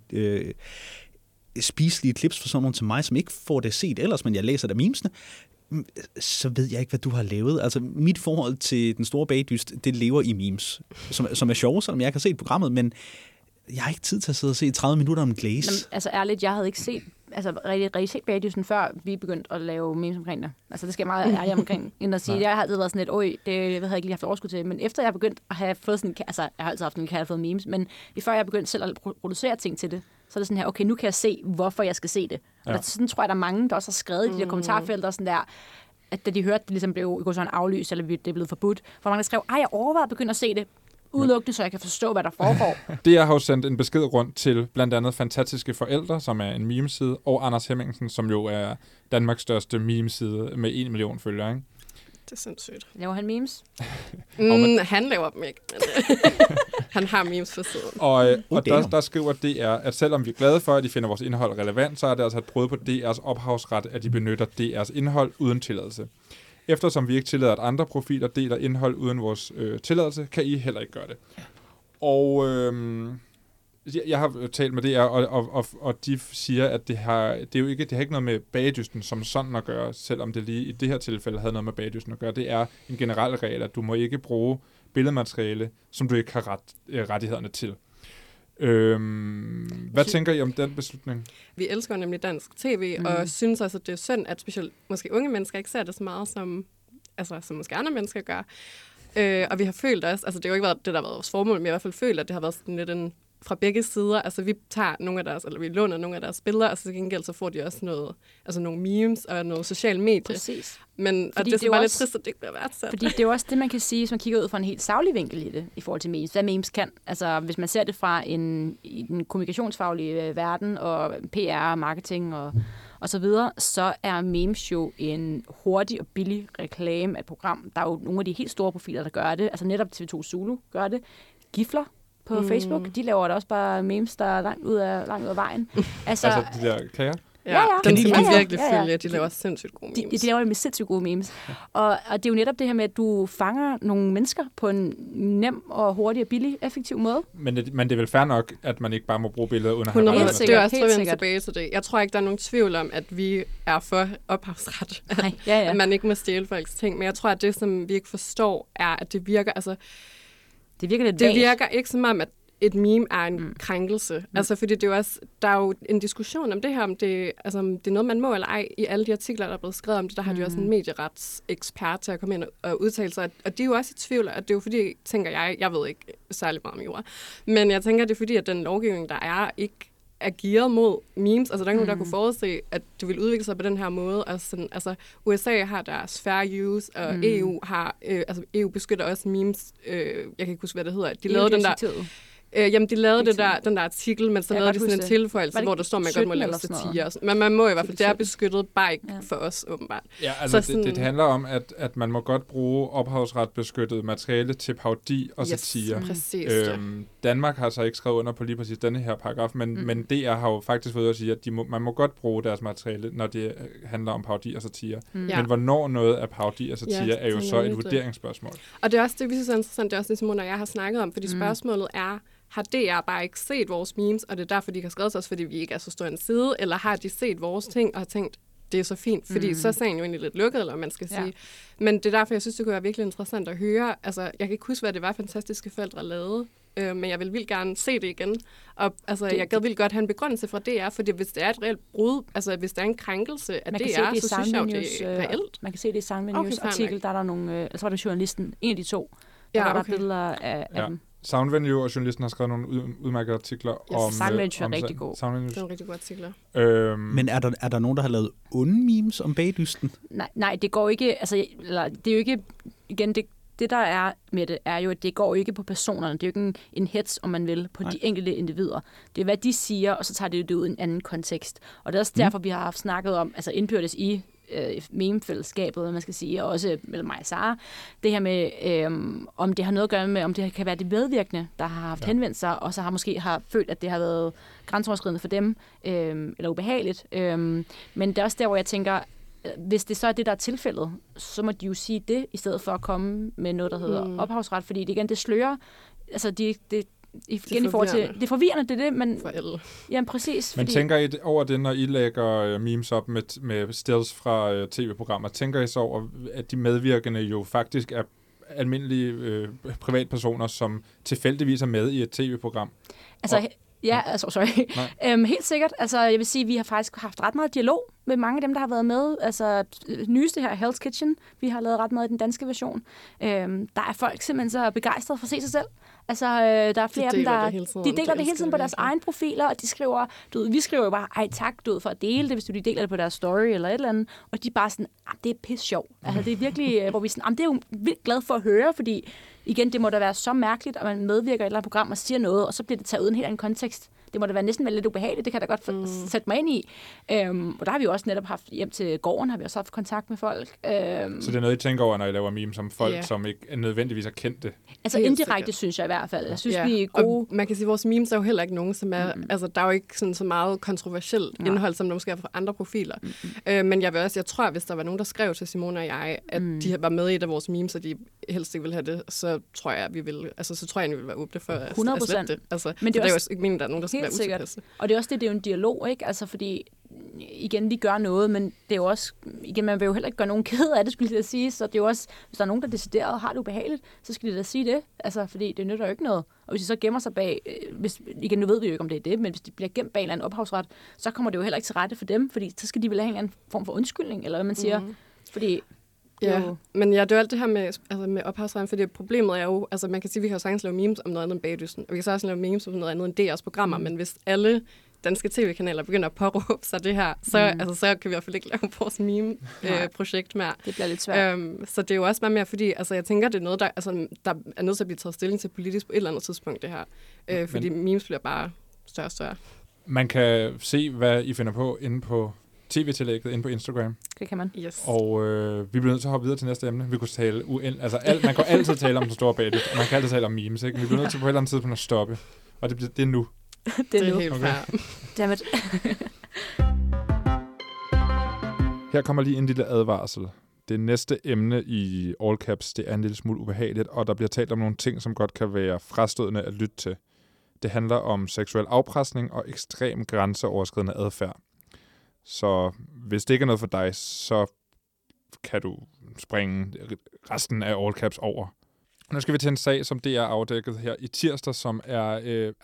spiselige clips for sådan nogen som mig, som ikke får det set ellers, men jeg læser der memesene, så ved jeg ikke, hvad du har lavet. Altså, mit forhold til den store bagdyst, det lever i memes, som er sjove, selvom jeg kan se programmet, men jeg har ikke tid til at sidde og se 30 minutter om Glaze. Jamen, altså ærligt, jeg havde ikke set rigtig set bagdysten, før vi begyndte at lave memes omkring det. Altså, det skal jeg meget ærligt omkring, end at sige, jeg har altid været sådan lidt, det havde jeg ikke lige haft overskud til, men efter jeg begyndte at have fået sådan, altså, jeg har altid haft en kærlighed for memes, men før jeg begyndte selv at producere ting til det, så er det sådan her, okay, nu kan jeg se, hvorfor jeg skal se det. Ja. Og sådan tror jeg, der er mange, der også har skrevet i de der kommentarfelter, sådan der, at da de hørte, det ligesom blev aflyst, eller det er blevet forbudt, for mange der skrev, jeg overvejede at begynde at se det, udelukkende, så jeg kan forstå, hvad der foregår. Det har jo sendt en besked rundt til blandt andet Fantastiske Forældre, som er en memeside, og Anders Hemmingsen, som jo er Danmarks største memeside med 1 million følgere, ikke? Det er sindssygt. Laver han memes? Han laver dem ikke, men han har memes for siden. Og der skriver DR, at selvom vi er glade for, at de finder vores indhold relevant, så er det altså et brud på DR's ophavsret, at de benytter DR's indhold uden tilladelse. Eftersom vi ikke tillader, at andre profiler deler indhold uden vores tilladelse, kan I heller ikke gøre det. Og jeg har talt med DR, og de siger, at det har ikke noget med Bagedysten som sådan at gøre, selvom det lige i det her tilfælde havde noget med Bagedysten at gøre. Det er en generel regel, at du må ikke bruge billedmateriale, som du ikke har rettighederne til. Hvad tænker I om den beslutning? Vi elsker nemlig dansk tv, og synes også, at det er synd, at specielt måske unge mennesker ikke ser det så meget, som måske andre mennesker gør. Og vi har følt også, altså det har jo ikke været det, der har været vores formål, men jeg har i hvert fald følt, at det har været sådan lidt fra begge sider. Altså vi tager nogle af deres, eller vi låner nogle af deres billeder, og så til gengæld så får de også noget, altså nogle memes og noget social medie. Præcis. Men og det er så bare lidt trist, at det ikke bliver værdsat. Fordi det er jo også det, man kan sige, hvis man kigger ud fra en helt saglig vinkel i det, i forhold til memes. Hvad memes kan. Altså hvis man ser det fra i den kommunikationsfaglige verden, og PR, marketing og så videre, så er memes jo en hurtig og billig reklame af et program. Der er jo nogle af de helt store profiler, der gør det. Altså netop TV2 Zulu gør det. Gifler på Facebook, de laver da også bare memes, der er langt ud af vejen. Altså de der kager? Ja. Den skal man virkelig følge. De laver sindssygt gode memes. De laver med sindssygt gode memes. Og det er jo netop det her med, at du fanger nogle mennesker på en nem og hurtig og billig, effektiv måde. Men det er vel fair nok, at man ikke bare må bruge billeder uden at have rettigheder. Det er også tilbage til det. Jeg tror ikke, der er nogen tvivl om, at vi er for ophavsret. At man ikke må stjæle folks ting. Men jeg tror, at det, som vi ikke forstår, er, at det virker... Altså, det virker ikke som om, at et meme er en krænkelse. Altså, fordi det er jo også, der er jo en diskussion om det her, om det er noget, man må eller ej. I alle de artikler, der er blevet skrevet om det, der har de også en medieretsekspert til at komme ind og udtale sig. Og de er jo også i tvivl, at det er jo fordi, tænker jeg ved ikke særlig meget om jord, men jeg tænker, det er fordi, at den lovgivning, der er, ikke er gearet mod memes. Altså, der er ikke nogen, der kunne forudse, at det vil udvikle sig på den her måde. Altså USA har deres fair use, og EU beskytter også memes. Jeg kan ikke huske, hvad det hedder. De lavede den der... de lavede den der artikel, men så lavede de sådan en tilføjelse, hvor der står, at man godt må lave satire. Men man må i hvert fald, det er beskyttet, bare ikke for os, åbenbart. Ja, altså så det handler om, at man må godt bruge ophavsretbeskyttet materiale til parodi og satire. Præcis, Danmark har så ikke skrevet under på lige præcis denne her paragraf, men DR har jo faktisk fået at sige, at man må godt bruge deres materiale, når det handler om parodi og satire. Men hvornår noget af parodi og satire er jo så et vurderingsspørgsmål. Og det er også det, vi synes er interessant, det er også det, Simone og jeg har snakket om, fordi spørgsmålet er, har DR bare ikke set vores memes, og det er derfor, de ikke har skrevet til os, fordi vi ikke er så stor en side, eller har de set vores ting og har tænkt, det er så fint, fordi så er sagen jo egentlig lidt lukket, eller man skal sige. Men det er derfor, jeg synes, det kunne være virkelig interessant at høre. Altså, jeg kan ikke huske, hvad det var, Fantastiske Forældre lavede, men jeg vil vildt gerne se det igen. Og altså, jeg gad vildt godt have en begrundelse fra DR, fordi hvis det er et reelt brud, altså hvis der er en krænkelse af DR, så synes jeg jo, det er reelt. Man kan se det i Sound Venues artikel, der er der nogle, så var det journalisten, en af de to, der var der billeder af dem. Sound Venue og journalisten har skrevet nogle udmærkede artikler om... Sound Venue er rigtig god. Det er rigtig gode artikler. Men er der nogen, der har lavet onde memes om bagdysten? Nej, det går ikke... Altså, det er jo ikke... Igen, det der er med det, er jo, at det går ikke på personerne. Det er jo ikke en hets, om man vil, på de enkelte individer. Det er, hvad de siger, og så tager det ud i en anden kontekst. Og det er også derfor, vi har haft snakket om, altså indbyrdes i meme-fællesskabet, man skal sige, og også mellem mig og Sara, det her med, om det har noget at gøre med, om det kan være det medvirkende, der har haft henvendt sig, og så har følt, at det har været grænseoverskridende for dem, eller ubehageligt. Men det er også der, hvor jeg tænker, hvis det så er det, der er tilfældet, så må de jo sige det, i stedet for at komme med noget, der hedder ophavsret, fordi det slører, altså igen i forhold til, det er forvirrende, det er det, men... For alle. Jamen, præcis. Men tænker I over det, når I lægger memes op med stills fra tv-programmer? Tænker I så over, at de medvirkende jo faktisk er almindelige privatpersoner, som tilfældigvis er med i et tv-program? Altså... Helt sikkert. Altså, jeg vil sige, at vi har faktisk haft ret meget dialog med mange af dem, der har været med. Altså, nyeste her, Hell's Kitchen, vi har lavet ret meget i den danske version. Der er folk simpelthen så begejstrede for at se sig selv. Altså, der er flere af dem, der deler det hele tiden på deres egen profiler, og de skriver, vi skriver jo bare, ej tak, for at dele det, hvis de deler det på deres story eller et eller andet, og de er bare sådan, det er pisse sjov. Altså, det er virkelig, hvor vi sådan, det er jo vildt glad for at høre, fordi igen, det må da være så mærkeligt, at man medvirker i et eller andet program og siger noget, og så bliver det taget uden en helt anden kontekst. Det må da være næsten lidt ubehageligt, det kan jeg da godt sætte mig ind i. Og der har vi jo også netop haft hjem til gården, har vi også haft kontakt med folk. Så det er noget, I tænker over, når I laver memes som folk, som ikke nødvendigvis har kendt det? Altså indirekte, synes jeg i hvert fald. Jeg synes, vi er gode. Og man kan sige, at vores memes er jo heller ikke nogen, som er... Altså, der er jo ikke sådan så meget kontroversielt indhold, som der måske er fra andre profiler. Men jeg tror, at hvis der var nogen, der skrev til Simone og jeg, at de var med i et af vores memes, og de helst ikke ville have det, så tror jeg, vi vil være åbne for at slette det. Altså, men det er jo ikke meningen, der er nogen, der skal være utilpasse. Og det er også det er jo en dialog, ikke? Altså, fordi igen, vi gør noget, men det er jo også, igen, man vil jo heller ikke gøre nogen ked af det, skulle jeg sige, så det er jo også, hvis der er nogen, der decideret har det ubehageligt, så skal de da sige det, altså, fordi det nytter jo ikke noget. Og hvis de så gemmer sig bag, igen, nu ved vi jo ikke, om det er det, men hvis de bliver gemt bag en eller anden ophavsret, så kommer det jo heller ikke til rette for dem, fordi så skal de vel have en eller anden form for undskyldning, eller hvad man siger, fordi... Ja, men ja, det er jo alt det her med ophavsretten, fordi problemet er jo, altså man kan sige, at vi kan jo sagtens lave memes om noget andet end Bagdysten, og vi kan så også lave memes om noget andet end DR's programmer, men hvis alle danske tv-kanaler begynder at påråbe sig det her, så kan vi i hvert fald ikke lave vores meme-projekt mere. Det bliver lidt svært. Så det er jo også meget mere, fordi altså, jeg tænker, det er noget, der er nødt til at blive taget stilling til politisk på et eller andet tidspunkt, det her. Fordi memes bliver bare større og større. Man kan se, hvad I finder på inde på tv-tillægget inde på Instagram. Det kan man. Yes. Og vi bliver nødt til at hoppe videre til næste emne. Vi kunne tale man kan altid tale om den store bagdyst, og man kan altid tale om memes, ikke? Vi bliver nødt til på et eller andet tidspunkt at stoppe. Og det er nu. Det er helt fair. Dammit. Her kommer lige en lille advarsel. Det næste emne i All Caps, det er en lille smule ubehageligt, og der bliver talt om nogle ting, som godt kan være frastødende at lytte til. Det handler om seksuel afpresning og ekstrem grænseoverskridende adfærd. Så hvis det ikke er noget for dig, så kan du springe resten af All Caps over. Nu skal vi til en sag, som det er afdækket her i tirsdag, som er,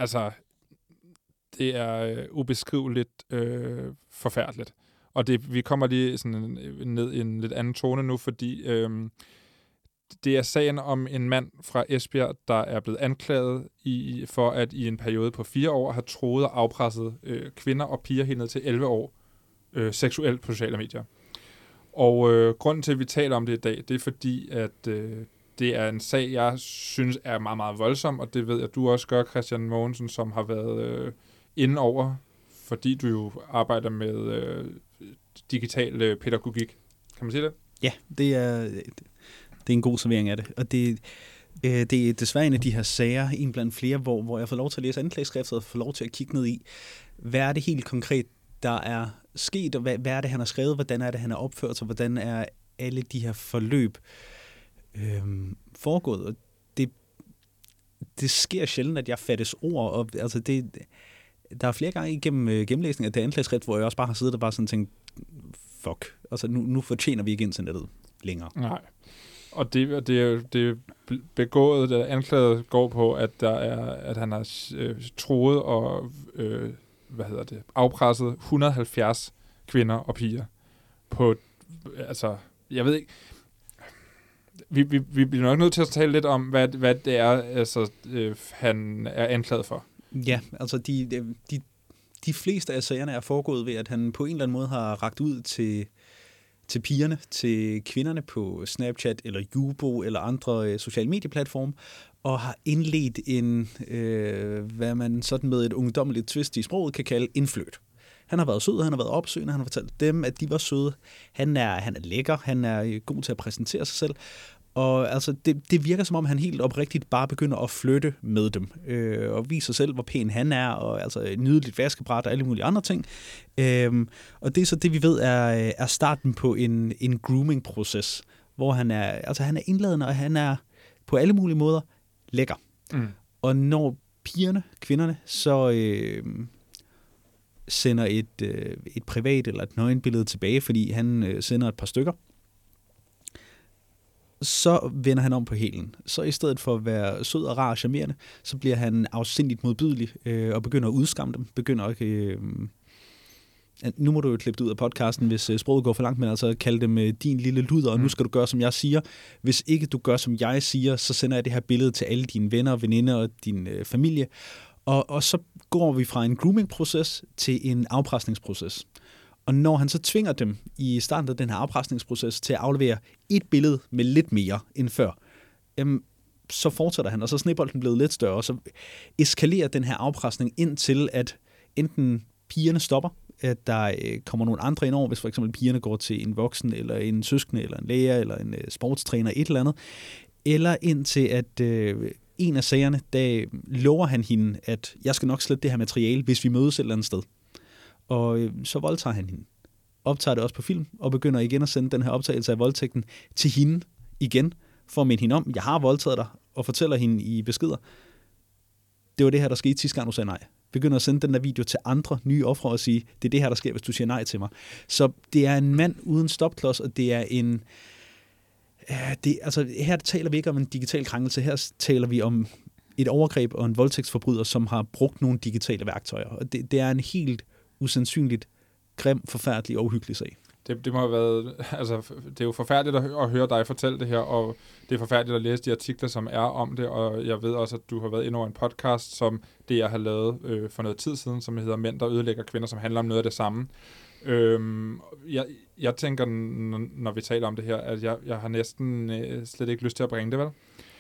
det er ubeskriveligt forfærdeligt. Og vi kommer lige sådan ned i en lidt anden tone nu, fordi det er sagen om en mand fra Esbjerg, der er blevet anklaget for at i en periode på 4 år have troet og afpresset kvinder og piger helt ned til 11 år seksuelt på sociale medier. Og grunden til, at vi taler om det i dag, det er fordi, at det er en sag, jeg synes er meget, meget voldsom, og det ved jeg, at du også gør, Christian Mogensen, som har været inde over, fordi du jo arbejder med digital pædagogik. Kan man sige det? Ja, det er en god servering af det. Og det er desværre en af de her sager, en blandt flere, hvor jeg får lov til at læse anklageskriftet og får lov til at kigge ned i, hvad er det helt konkret, der er sket, og hvad er det, han har skrevet, hvordan er det, han har opført sig, hvordan er alle de her forløb foregået. Og det sker sjældent, at jeg fattes ord, og altså der er flere gange igennem gennemlæsning af det anklageskrift, hvor jeg også bare har siddet og bare sådan tænkt, fuck, altså nu fortjener vi ikke internettet længere. Nej. Og det er begået, det anklaget går på, at han har troet og afpresset 170 kvinder og piger på, altså, jeg ved ikke, vi bliver nok nødt til at tale lidt om, hvad det er, altså, han er anklaget for. Ja, altså de fleste af sagerne er foregået ved, at han på en eller anden måde har rakt ud til pigerne, til kvinderne på Snapchat eller Yubo eller andre sociale medieplatforme, og har indledt en, hvad man sådan med et ungdommeligt twist i sproget kan kalde en flirt. Han har været sød, han har været opsøgende, han har fortalt dem, at de var søde. Han er lækker, han er god til at præsentere sig selv. Og altså, det virker som om, han helt oprigtigt bare begynder at flytte med dem. Og viser selv, hvor pæn han er, og altså et nydeligt vaskebræt og alle mulige andre ting. Og det er så det, vi ved, er starten på en grooming-proces, hvor han er indladende, og han er på alle mulige måder lækker. Mm. Og når kvinderne, så sender et privat eller et nøgenbillede tilbage, fordi han sender et par stykker, så vender han om på hælen. Så i stedet for at være sød og rar og charmerende, så bliver han afsindigt modbydelig og begynder at udskamme dem. Nu må du jo klippe det ud af podcasten, hvis sproget går for langt, men altså kalde dem din lille luder, og nu skal du gøre, som jeg siger. Hvis ikke du gør, som jeg siger, så sender jeg det her billede til alle dine venner og veninder og din familie. Og så går vi fra en grooming-proces til en afpresningsproces. Og når han så tvinger dem i starten af den her afpresningsproces til at aflevere et billede med lidt mere end før, så fortsætter han, og så er snebolden blevet lidt større, og så eskalerer den her afpresning ind til, at enten pigerne stopper, at der kommer nogle andre ind over, hvis for eksempel pigerne går til en voksen, eller en søskende, eller en lærer, eller en sportstræner, et eller andet, eller indtil at en af sagerne, der lover han hende, at jeg skal nok slette det her materiale, hvis vi mødes et eller andet sted. Og så voldtager han hende. Optager det også på film, og begynder igen at sende den her optagelse af voldtægten til hende igen, for at minde hende om, jeg har voldtaget dig, og fortæller hende i beskeder, det var det her, der skete sidste gang, du sagde nej. begynder at sende den der video til andre nye ofre og sige, det er det her, der sker, hvis du siger nej til mig. Så det er en mand uden stopklods, og det er en... her taler vi ikke om en digital krænkelse, her taler vi om et overgreb og en voldtægtsforbryder, som har brugt nogle digitale værktøjer. Og det er en helt usandsynligt grim, forfærdelig og uhyggelig sag. Det må have været, altså, det er jo forfærdeligt at høre dig fortælle det her, og det er forfærdeligt at læse de artikler, som er om det, og jeg ved også, at du har været inde over en podcast, som det, jeg har lavet for noget tid siden, som hedder Mænd, der ødelægger kvinder, som handler om noget af det samme. Jeg tænker, når vi taler om det her, at jeg har næsten slet ikke lyst til at bringe det, vel?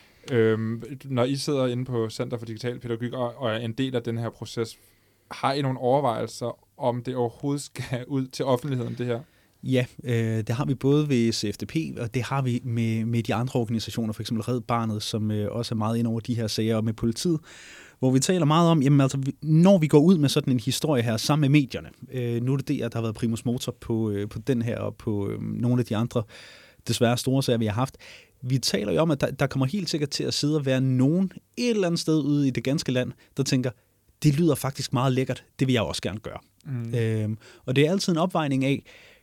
Når I sidder inde på Center for Digital Pædagogik og er en del af den her proces, har I nogle overvejelser, om det overhovedet skal ud til offentligheden, det her? Ja, det har vi både ved CFDP, og det har vi med de andre organisationer, for eksempel Red Barnet, som også er meget ind over de her sager, og med politiet, hvor vi taler meget om, jamen altså, når vi går ud med sådan en historie her sammen med medierne, nu er det der har været primus motor på den her, og på nogle af de andre desværre store sager, vi har haft. Vi taler jo om, at der kommer helt sikkert til at sidde og være nogen et eller andet sted ude i det ganske land, der tænker, det lyder faktisk meget lækkert, det vil jeg også gerne gøre. Og det er altid en opvejning af,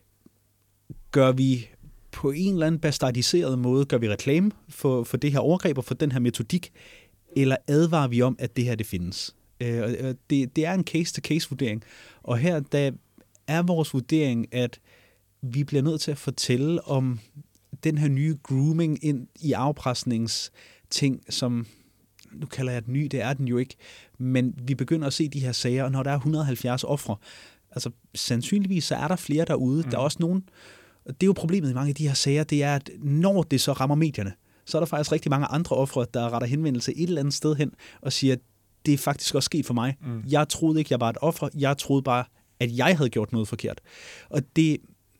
gør vi på en eller anden bastardiseret måde, gør vi reklame for det her overgreb og for den her metodik, eller advarer vi om, at det her det findes. Det er en case-to-case-vurdering, og her der er vores vurdering, at vi bliver nødt til at fortælle om den her nye grooming ind i afpresningsting, som, nu kalder jeg det ny, det er den jo ikke, men vi begynder at se de her sager, og når der er 170 ofre, altså sandsynligvis så er der flere derude. Der er også nogen, og det er jo problemet i mange af de her sager, det er, at når det så rammer medierne, så er der faktisk rigtig mange andre ofre, der retter henvendelse et eller andet sted hen og siger, at det er faktisk også sket for mig. Jeg troede ikke, jeg var et offer. Jeg troede bare, at jeg havde gjort noget forkert. Og det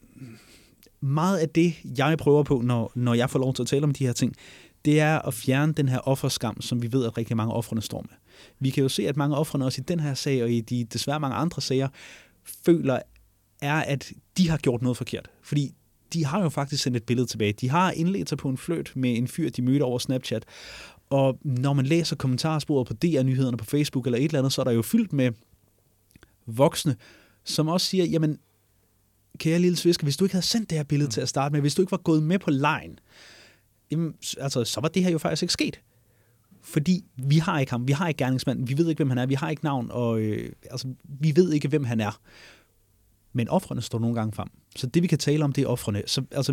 meget af det, jeg prøver på, når jeg får lov til at tale om de her ting, det er at fjerne den her offerskam, som vi ved, at rigtig mange ofrene står med. Vi kan jo se, at mange ofrene også i den her sag, og i de desværre mange andre sager, føler, at de har gjort noget forkert. Fordi de har jo faktisk sendt et billede tilbage. De har indledt sig på en flirt med en fyr, de mødte over Snapchat. Og når man læser kommentarsporet på DR-nyhederne på Facebook eller et eller andet, så er der jo fyldt med voksne, som også siger, jamen, kære lille svisker, hvis du ikke havde sendt det her billede til at starte med, hvis du ikke var gået med på lejen, jamen, altså, så var det her jo faktisk ikke sket. Fordi vi har ikke ham, vi har ikke gerningsmanden, vi ved ikke, hvem han er, vi har ikke navn, og vi ved ikke, hvem han er. Men ofrene står nogle gange frem. Så det, vi kan tale om, det er ofrene. Så altså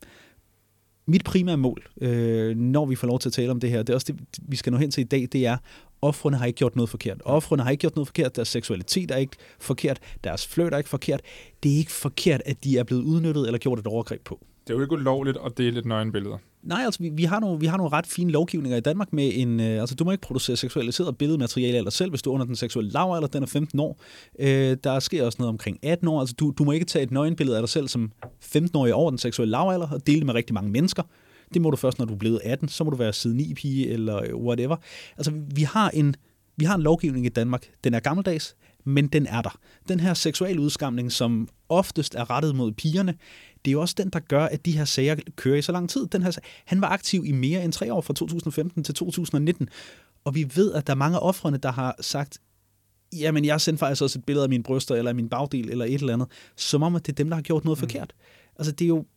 mit primære mål, når vi får lov til at tale om det her, det er også det, vi skal nå hen til i dag, det er, ofrene har ikke gjort noget forkert. Ofrene har ikke gjort noget forkert, deres seksualitet er ikke forkert, deres flirt er ikke forkert. Det er ikke forkert, at de er blevet udnyttet eller gjort et overgreb på. Det er jo ikke ulovligt at dele et nøgenbilleder. Nej, altså vi har nogle ret fine lovgivninger i Danmark med en, altså du må ikke producere seksualiseret billedmateriale af dig selv, hvis du er under den seksuelle lavalder, den er 15 år. Der sker også noget omkring 18 år, altså du må ikke tage et nøgenbillede af dig selv som 15-årig over den seksuelle lavalder og dele det med rigtig mange mennesker. Det må du først, når du er blevet 18, så må du være side 9-pige eller whatever. Altså vi har en lovgivning i Danmark, den er gammeldags, men den er der. Den her seksuelle udskamning, som oftest er rettet mod pigerne, det er jo også den, der gør, at de her sager kører i så lang tid. Han var aktiv i mere end 3 år, fra 2015 til 2019, og vi ved, at der er mange af ofrene, der har sagt, jamen jeg sendte faktisk også et billede af mine bryster, eller af min bagdel, eller et eller andet, som om, at det er dem, der har gjort noget forkert. Altså det er jo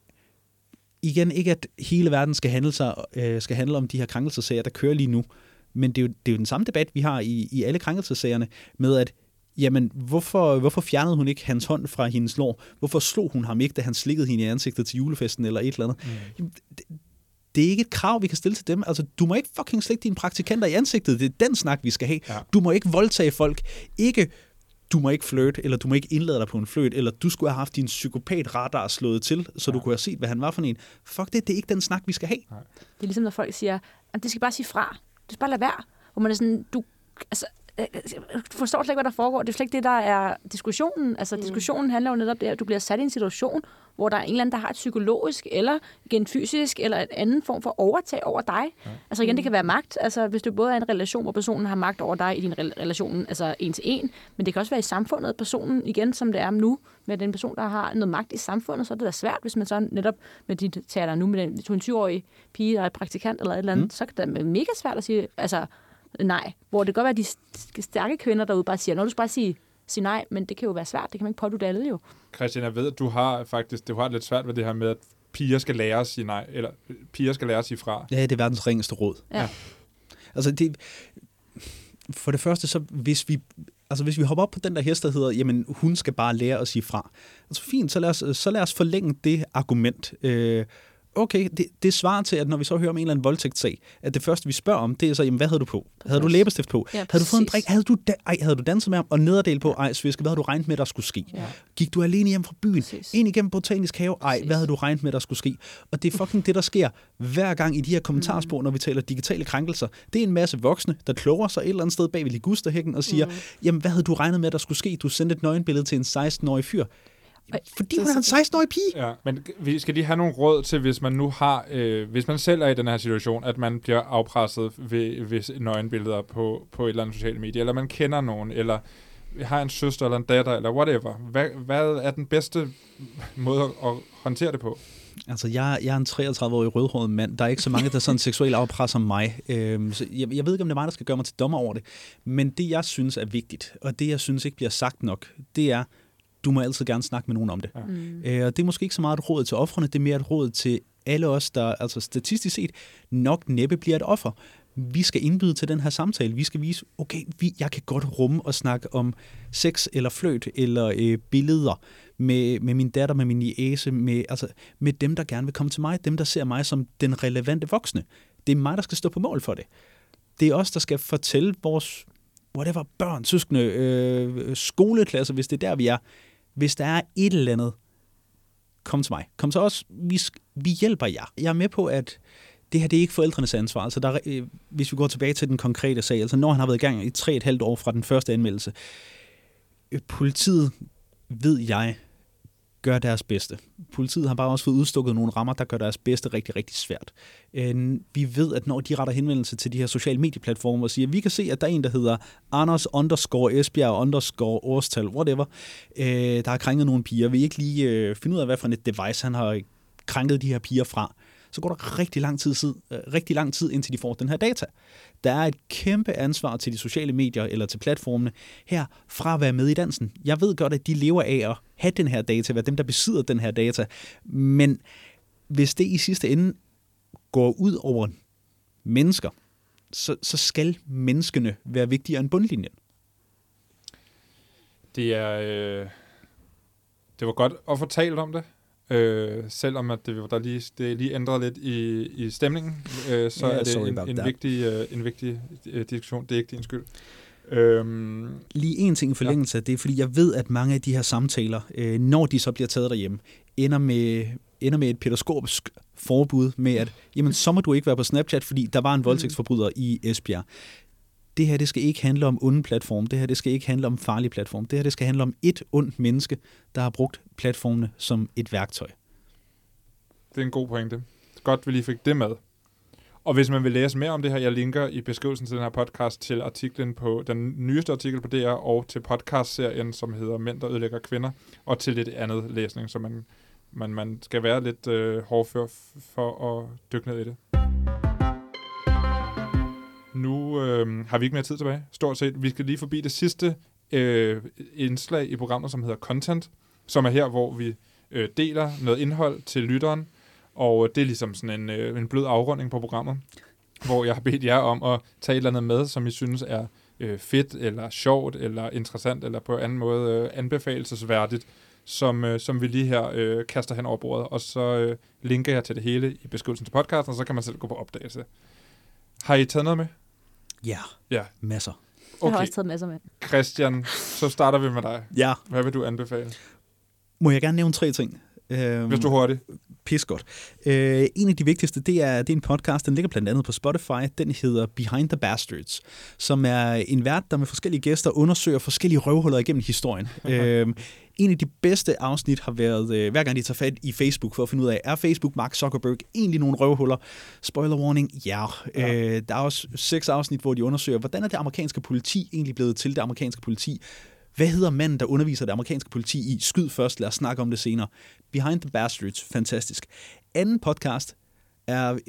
igen ikke, at hele verden skal handle om de her krænkelsesager, der kører lige nu, men det er jo den samme debat, vi har i alle krænkelsessagerne, med at jamen, hvorfor fjernede hun ikke hans hånd fra hendes lår? Hvorfor slog hun ham ikke, da han slikkede hende i ansigtet til julefesten eller et eller andet? Jamen, det er ikke et krav, vi kan stille til dem. Altså, du må ikke fucking slikke dine praktikanter i ansigtet. Det er den snak, vi skal have. Ja. Du må ikke voldtage folk. Du må ikke flirte, eller du må ikke indlade dig på en flirt, eller du skulle have haft din psykopat-radar slået til, så du kunne have set, hvad han var for en. Fuck det er ikke den snak, vi skal have. Nej. Det er ligesom, når folk siger, at det skal bare sige fra. Det skal bare lade være. Hvor man er sådan, du forstår slet ikke, hvad der foregår. Det er slet ikke det, der er diskussionen. Altså, diskussionen handler jo netop om, at du bliver sat i en situation, hvor der er en eller anden, der har et psykologisk, eller igen fysisk, eller en anden form for overtag over dig. Ja. Altså igen, det kan være magt. Altså, hvis du både er i en relation, hvor personen har magt over dig i din relation, altså en til en, men det kan også være i samfundet, personen igen, som det er nu, med den person, der har noget magt i samfundet, så er det da svært, hvis man så netop med de taler nu, med den 20-årige pige, der er praktikant eller et eller andet, så kan det være mega svært at sige, altså, nej. Hvor det kan godt være, at de stærke kvinder derude bare siger, når du skal bare sige nej, men det kan jo være svært. Det kan man ikke pådutte alle jo. Christian, jeg ved, at du har lidt svært ved det her med, at piger skal lære at sige nej, eller piger skal lære at sige fra. Ja, det er verdens ringeste råd. Ja. Altså, for det første, så hvis vi hopper op på den der hest, der hedder, jamen, hun skal bare lære at sige fra. Altså fint, så lad os forlænge det argument. Okay, det svarer til, at når vi så hører om en eller anden voldtægtssag, at det første, vi spørger om, det er så, jamen, hvad havde du på? Havde du læbestift på? Ja, havde du fået en drik? Havde du danset med ham? Og nederdel på? Ej, sviske, hvad havde du regnet med, der skulle ske? Ja. Gik du alene hjem fra byen? Ind igennem Botanisk Have? Ej, hvad havde du regnet med, der skulle ske? Og det er fucking det, der sker hver gang i de her kommentarspor, når vi taler digitale krænkelser. Det er en masse voksne, der kloger sig et eller andet sted bag ved ligusterhækken og siger, jamen, hvad havde du regnet med, der skulle ske? Du sendte et nøgenbillede til en 16-årig fyr. Fordi hun er en 16-årig pige. Ja, men vi skal lige have nogle råd til, hvis man nu har, hvis man selv er i den her situation, at man bliver afpresset ved nøgenbilleder på et eller andet socialt medie, eller man kender nogen, eller har en søster eller en datter, eller whatever. Hvad er den bedste måde at håndtere det på? Altså, jeg er en 33-årig rødhåret mand. Der er ikke så mange, der sådan seksuelt afpresser mig. Så jeg ved ikke, om det er mig, der skal gøre mig til dommer over det. Men det, jeg synes er vigtigt, og det, jeg synes ikke bliver sagt nok, det er, du må altid gerne snakke med nogen om det. Ja. Og det er måske ikke så meget et råd til ofrene, det er mere et råd til alle os, der altså statistisk set nok næppe bliver et offer. Vi skal indbyde til den her samtale. Vi skal vise, okay, jeg kan godt rumme og snakke om sex eller fløjt eller billeder med min datter, med min niece, med dem, der gerne vil komme til mig, dem, der ser mig som den relevante voksne. Det er mig, der skal stå på mål for det. Det er os, der skal fortælle vores børn, søskende, skoleklasse, hvis det er der, vi er. Hvis der er et eller andet, kom til mig. Kom til os. Vi hjælper jer. Jeg er med på, at det her det er ikke forældrenes ansvar. Altså hvis vi går tilbage til den konkrete sag, altså når han har været i gang i 3,5 år fra den første anmeldelse, politiet, ved jeg, gør deres bedste. Politiet har bare også fået udstukket nogle rammer, der gør deres bedste rigtig, rigtig svært. Vi ved, at når de retter henvendelse til de her sociale medieplatformer og siger, vi kan se, at der er en, der hedder Anders_Esbjerg_Årstal, whatever, der har krænket nogle piger. Vi ikke lige finde ud af, hvad for et device han har krænket de her piger fra. Så går der rigtig lang tid, indtil de får den her data. Der er et kæmpe ansvar til de sociale medier eller til platformene her fra at være med i dansen. Jeg ved godt, at de lever af at have den her data, være dem, der besidder den her data. Men hvis det i sidste ende går ud over mennesker, så skal menneskene være vigtigere end bundlinjen. Det var godt at få talt om det. Selvom at det lige ændrede lidt i stemningen, så er det en vigtig diskussion. Det er ikke din skyld. Lige en ting i forlængelse af det, fordi jeg ved, at mange af de her samtaler, når de så bliver taget derhjemme, ender med et pædagogisk forbud med, at jamen, så må du ikke være på Snapchat, fordi der var en voldtægtsforbryder i Esbjerg. Det her, det skal ikke handle om onde platform. Det her, det skal ikke handle om farlige platform. Det her, det skal handle om et ondt menneske, der har brugt platformene som et værktøj. Det er en god pointe. Godt, vi lige fik det med. Og hvis man vil læse mere om det her, jeg linker i beskrivelsen til den her podcast til artiklen på den nyeste artikel på DR og til podcastserien, som hedder Mænd, der ødelægger kvinder, og til lidt andet læsning, så man skal være lidt hårdfør for at dykke ned i det. Nu har vi ikke mere tid tilbage, stort set. Vi skal lige forbi det sidste indslag i programmet, som hedder Content, som er her, hvor vi deler noget indhold til lytteren, og det er ligesom sådan en blød afrunding på programmet, hvor jeg har bedt jer om at tage et eller andet med, som I synes er fedt, eller sjovt, eller interessant, eller på anden måde anbefalelsesværdigt, som vi lige her kaster hen over bordet, og så linker jeg til det hele i beskrivelsen til podcasten, og så kan man selv gå på opdagelse. Har I taget noget med? Ja. Masser. Okay. Jeg har også taget masser med. Christian, så starter vi med dig. Ja. Hvad vil du anbefale? Må jeg gerne nævne 3 ting? Hvis du hurtigt. Pis godt. En af de vigtigste, det er en podcast, den ligger blandt andet på Spotify. Den hedder Behind the Bastards, som er en vært, der med forskellige gæster undersøger forskellige røvhuller igennem historien. En af de bedste afsnit har været, hver gang de tager fat i Facebook, for at finde ud af, er Facebook, Mark Zuckerberg, egentlig nogle røvhuller? Spoiler warning, ja. Der er også 6 afsnit, hvor de undersøger, hvordan er det amerikanske politi egentlig blevet til det amerikanske politi? Hvad hedder manden, der underviser det amerikanske politi i? Skyd først, lad os snakke om det senere. Behind the Bastards, fantastisk. Anden podcast er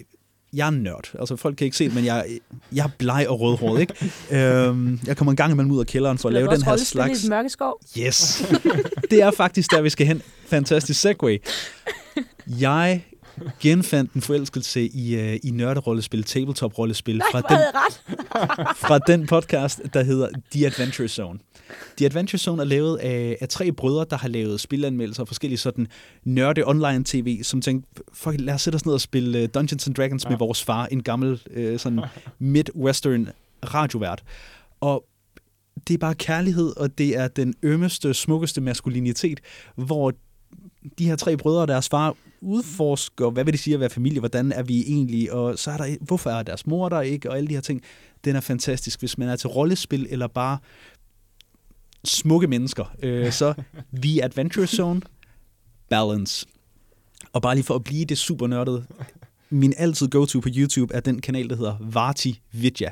jeg er nørd. Altså, folk kan ikke se det, men jeg er bleg og rødhåret, ikke? Jeg kommer en gang imellem ud af kælderen for at lave den her slags... i mørke skov. Yes! Det er faktisk der, vi skal hen. Fantastisk segway. Jeg genfandt en forelskelse i nørderollespil, tabletop-rollespil fra den podcast, der hedder The Adventure Zone. The Adventure Zone er lavet af 3 brødre, der har lavet spilanmeldelser og forskellige sådan nørde online tv, som tænkte, fuck, lad os sætte os ned og spille Dungeons and Dragons med vores far, en gammel sådan midwestern radiovært. Og det er bare kærlighed, og det er den ømmeste, smukkeste maskulinitet, hvor de her 3 brødre og deres far udforsker, hvad vil det sige at være familie, hvordan er vi egentlig, og så er der, hvorfor er deres mor der ikke, og alle de her ting. Den er fantastisk. Hvis man er til rollespil, eller bare smukke mennesker, så The Adventure Zone, Balance. Og bare lige for at blive det super nørdede, min altid go-to på YouTube er den kanal, der hedder Varti Vidya.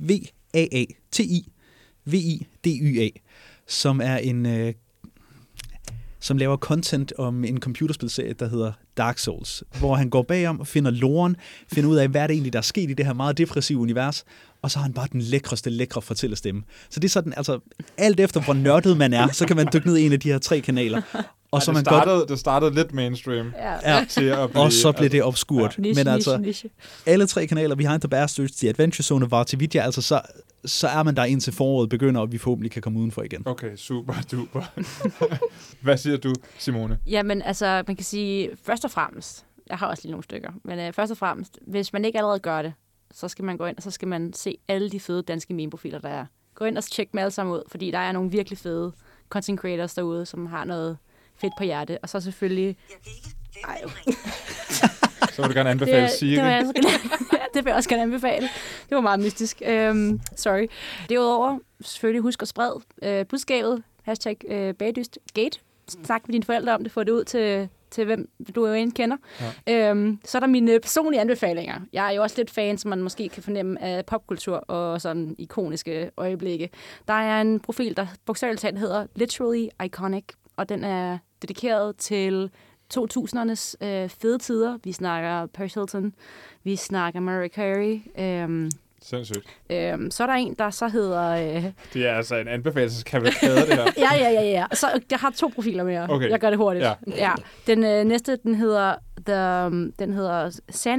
V-A-A-T-I-V-I-D-Y-A, som er en... som laver content om en computerspilserie, der hedder Dark Souls, hvor han går bagom og finder loren, finder ud af, hvad det egentlig, der er sket i det her meget depressive univers, og så har han bare den lækre fortællerstemme. Så det er sådan, altså, alt efter hvor nørdet man er, så kan man dykke ned i en af de her 3 kanaler. Og så det startede lidt mainstream. Ja. Til at blive, og så blev det obskurt. Ja. Men altså, alle 3 kanaler, Behind the Bastards, The Adventure Zone og Varti Vidya, altså så er man der indtil foråret begynder, og vi forhåbentlig kan komme udenfor igen. Okay, super duper. Hvad siger du, Simone? Jamen, altså, man kan sige, først og fremmest, jeg har også lige nogle stykker, men først og fremmest, hvis man ikke allerede gør det, så skal man gå ind, og så skal man se alle de fede danske meme-profiler, der er. Gå ind og tjek dem alle sammen ud, fordi der er nogle virkelig fede content creators derude, som har noget fedt på hjerte, og så selvfølgelig... Så vil du gerne anbefale Siri. Det vil jeg også gerne anbefale. Det var meget mystisk. Sorry. Derudover, selvfølgelig husk at sprede budskabet. #bagdystgate. Snak med dine forældre om det. Få det ud til hvem du jo egentlig kender. Ja. Så er der mine personlige anbefalinger. Jeg er jo også lidt fan, som man måske kan fornemme af popkultur og sådan ikoniske øjeblikke. Der er en profil, der bogstaveligt talt hedder Literally Iconic, og den er dedikeret til 2000'ernes fede tider. Vi snakker Paris Hilton, vi snakker Mariah Carey. Sindssygt. Så er der en, der så hedder... Det er altså en anbefalelseskavalkade, det her. Ja. Så jeg har 2 profiler mere. Okay. Jeg gør det hurtigt. Ja. Den næste, den hedder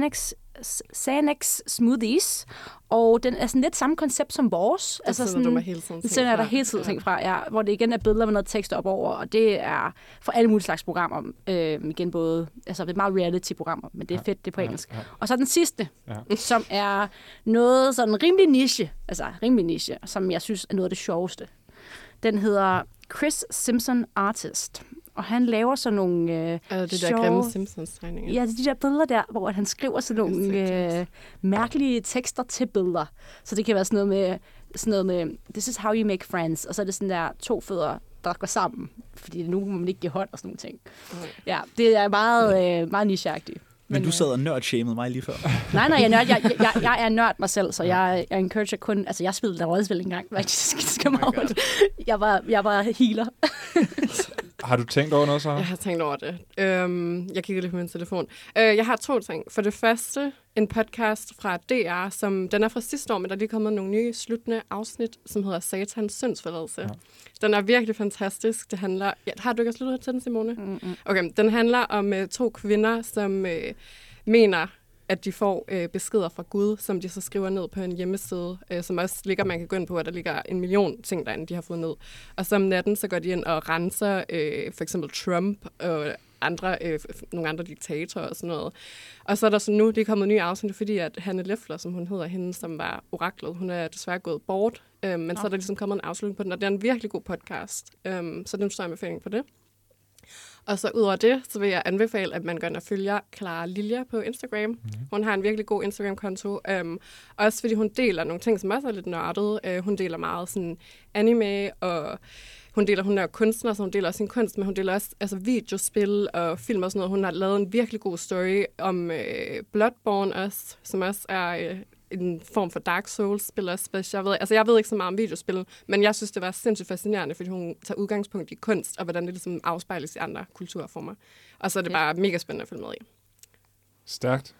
Xanax Smoothies, og den er sådan lidt samme koncept som vores. Altså sådan, du hele tiden den er der hele tiden ting fra, ja, hvor det igen er billeder med noget tekst op over, og det er for alle mulige slags programmer. Igen både, altså det er meget reality-programmer, men det er fedt, det er på engelsk. Ja. Og så den sidste, som er noget sådan rimelig niche, som jeg synes er noget af det sjoveste. Den hedder Chris Simpson Artist. Og han laver sådan nogle det der grimme Simpsons-tegninger. Ja, de der billeder der, hvor han skriver sådan nogle mærkelige tekster til billeder. Så det kan være sådan noget med this is how you make friends. Og så er det sådan der 2 fødder, der går sammen. Fordi nu må man ikke give hånd og sådan nogle ting. Okay. Ja, det er meget nicheagtigt. Men du sad og nørdshamede mig lige før. Nej, jeg er nørd mig selv, så jeg encourager kun... Altså, jeg spillede der rollespil engang, faktisk. Jeg var healer. Har du tænkt over noget så? Jeg har tænkt over det. Jeg kigger lige på min telefon. Jeg har 2 ting. For det første, en podcast fra DR, som den er fra sidste år, men der er lige kommet nogle nye sluttende afsnit, som hedder Satans syndsforladelse. Ja. Den er virkelig fantastisk. Det handler... Ja, har du ikke også lyttet til den, Simone? Mm-hmm. Okay, den handler om 2 kvinder, som mener, at de får beskeder fra Gud, som de så skriver ned på en hjemmeside, som også ligger, man kan gå ind på, at der ligger 1 million ting derinde, de har fået ned. Og så om natten, så går de ind og renser for eksempel Trump og nogle andre diktatorer og sådan noget. Og så er der så nu, det er kommet nye afsnit, fordi at Hanne Leffler, som hun hedder, hende, som var oraklet, hun er desværre gået bort, men så er der ligesom kommet en afslutning på den, og det er en virkelig god podcast. Så den står anbefaling på det. Og så ud over det, så vil jeg anbefale, at man går ind og følger Clara Lilja på Instagram. Hun har en virkelig god Instagram-konto. Også fordi hun deler nogle ting, som også er lidt nørdet. Hun deler meget sådan anime, og hun er kunstner, så hun deler også sin kunst, men hun deler også videospil og film og sådan noget. Hun har lavet en virkelig god story om Bloodborne også, som også er en form for Dark Souls-spil også. Jeg ved ikke så meget om videospil, men jeg synes, det var sindssygt fascinerende, fordi hun tager udgangspunkt i kunst, og hvordan det ligesom afspejles i andre kulturformer. Og så er det bare mega spændende at følge med i. Stærkt.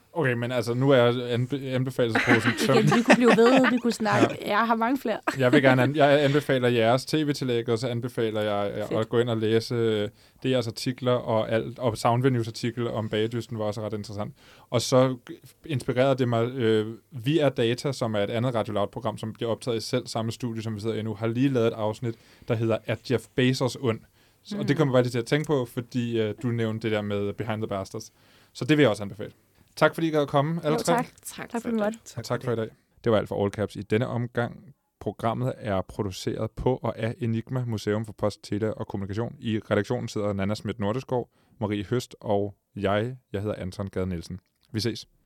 Okay, men altså, nu er anbefalelsesposen tømt. Vi kunne blive ved, vi kunne snakke. Ja. Jeg har mange flere. Jeg anbefaler jeres tv-tillæg, og så anbefaler jeg at gå ind og læse deres artikler, og Soundvenues artikel om Bagedysten var også ret interessant. Og så inspirerede det mig, Vi er Data, som er et andet Radio Loud-program, som bliver optaget i selv samme studie, som vi sidder i nu, har lige lavet et afsnit, der hedder Er Jeff Bezos ond? Og det kommer bare lige til at tænke på, fordi du nævnte det der med Behind the Bastards. Så det vil jeg også anbefale. Tak fordi I gad at komme, alle tre. Tak for det. Og tak for i dag. Det var alt for All Caps i denne omgang. Programmet er produceret på og af Enigma Museum for Post, Tele og Kommunikation. I redaktionen sidder Nana Schmidt Nordeskov, Marie Høst og jeg hedder Anton Gade Nielsen. Vi ses.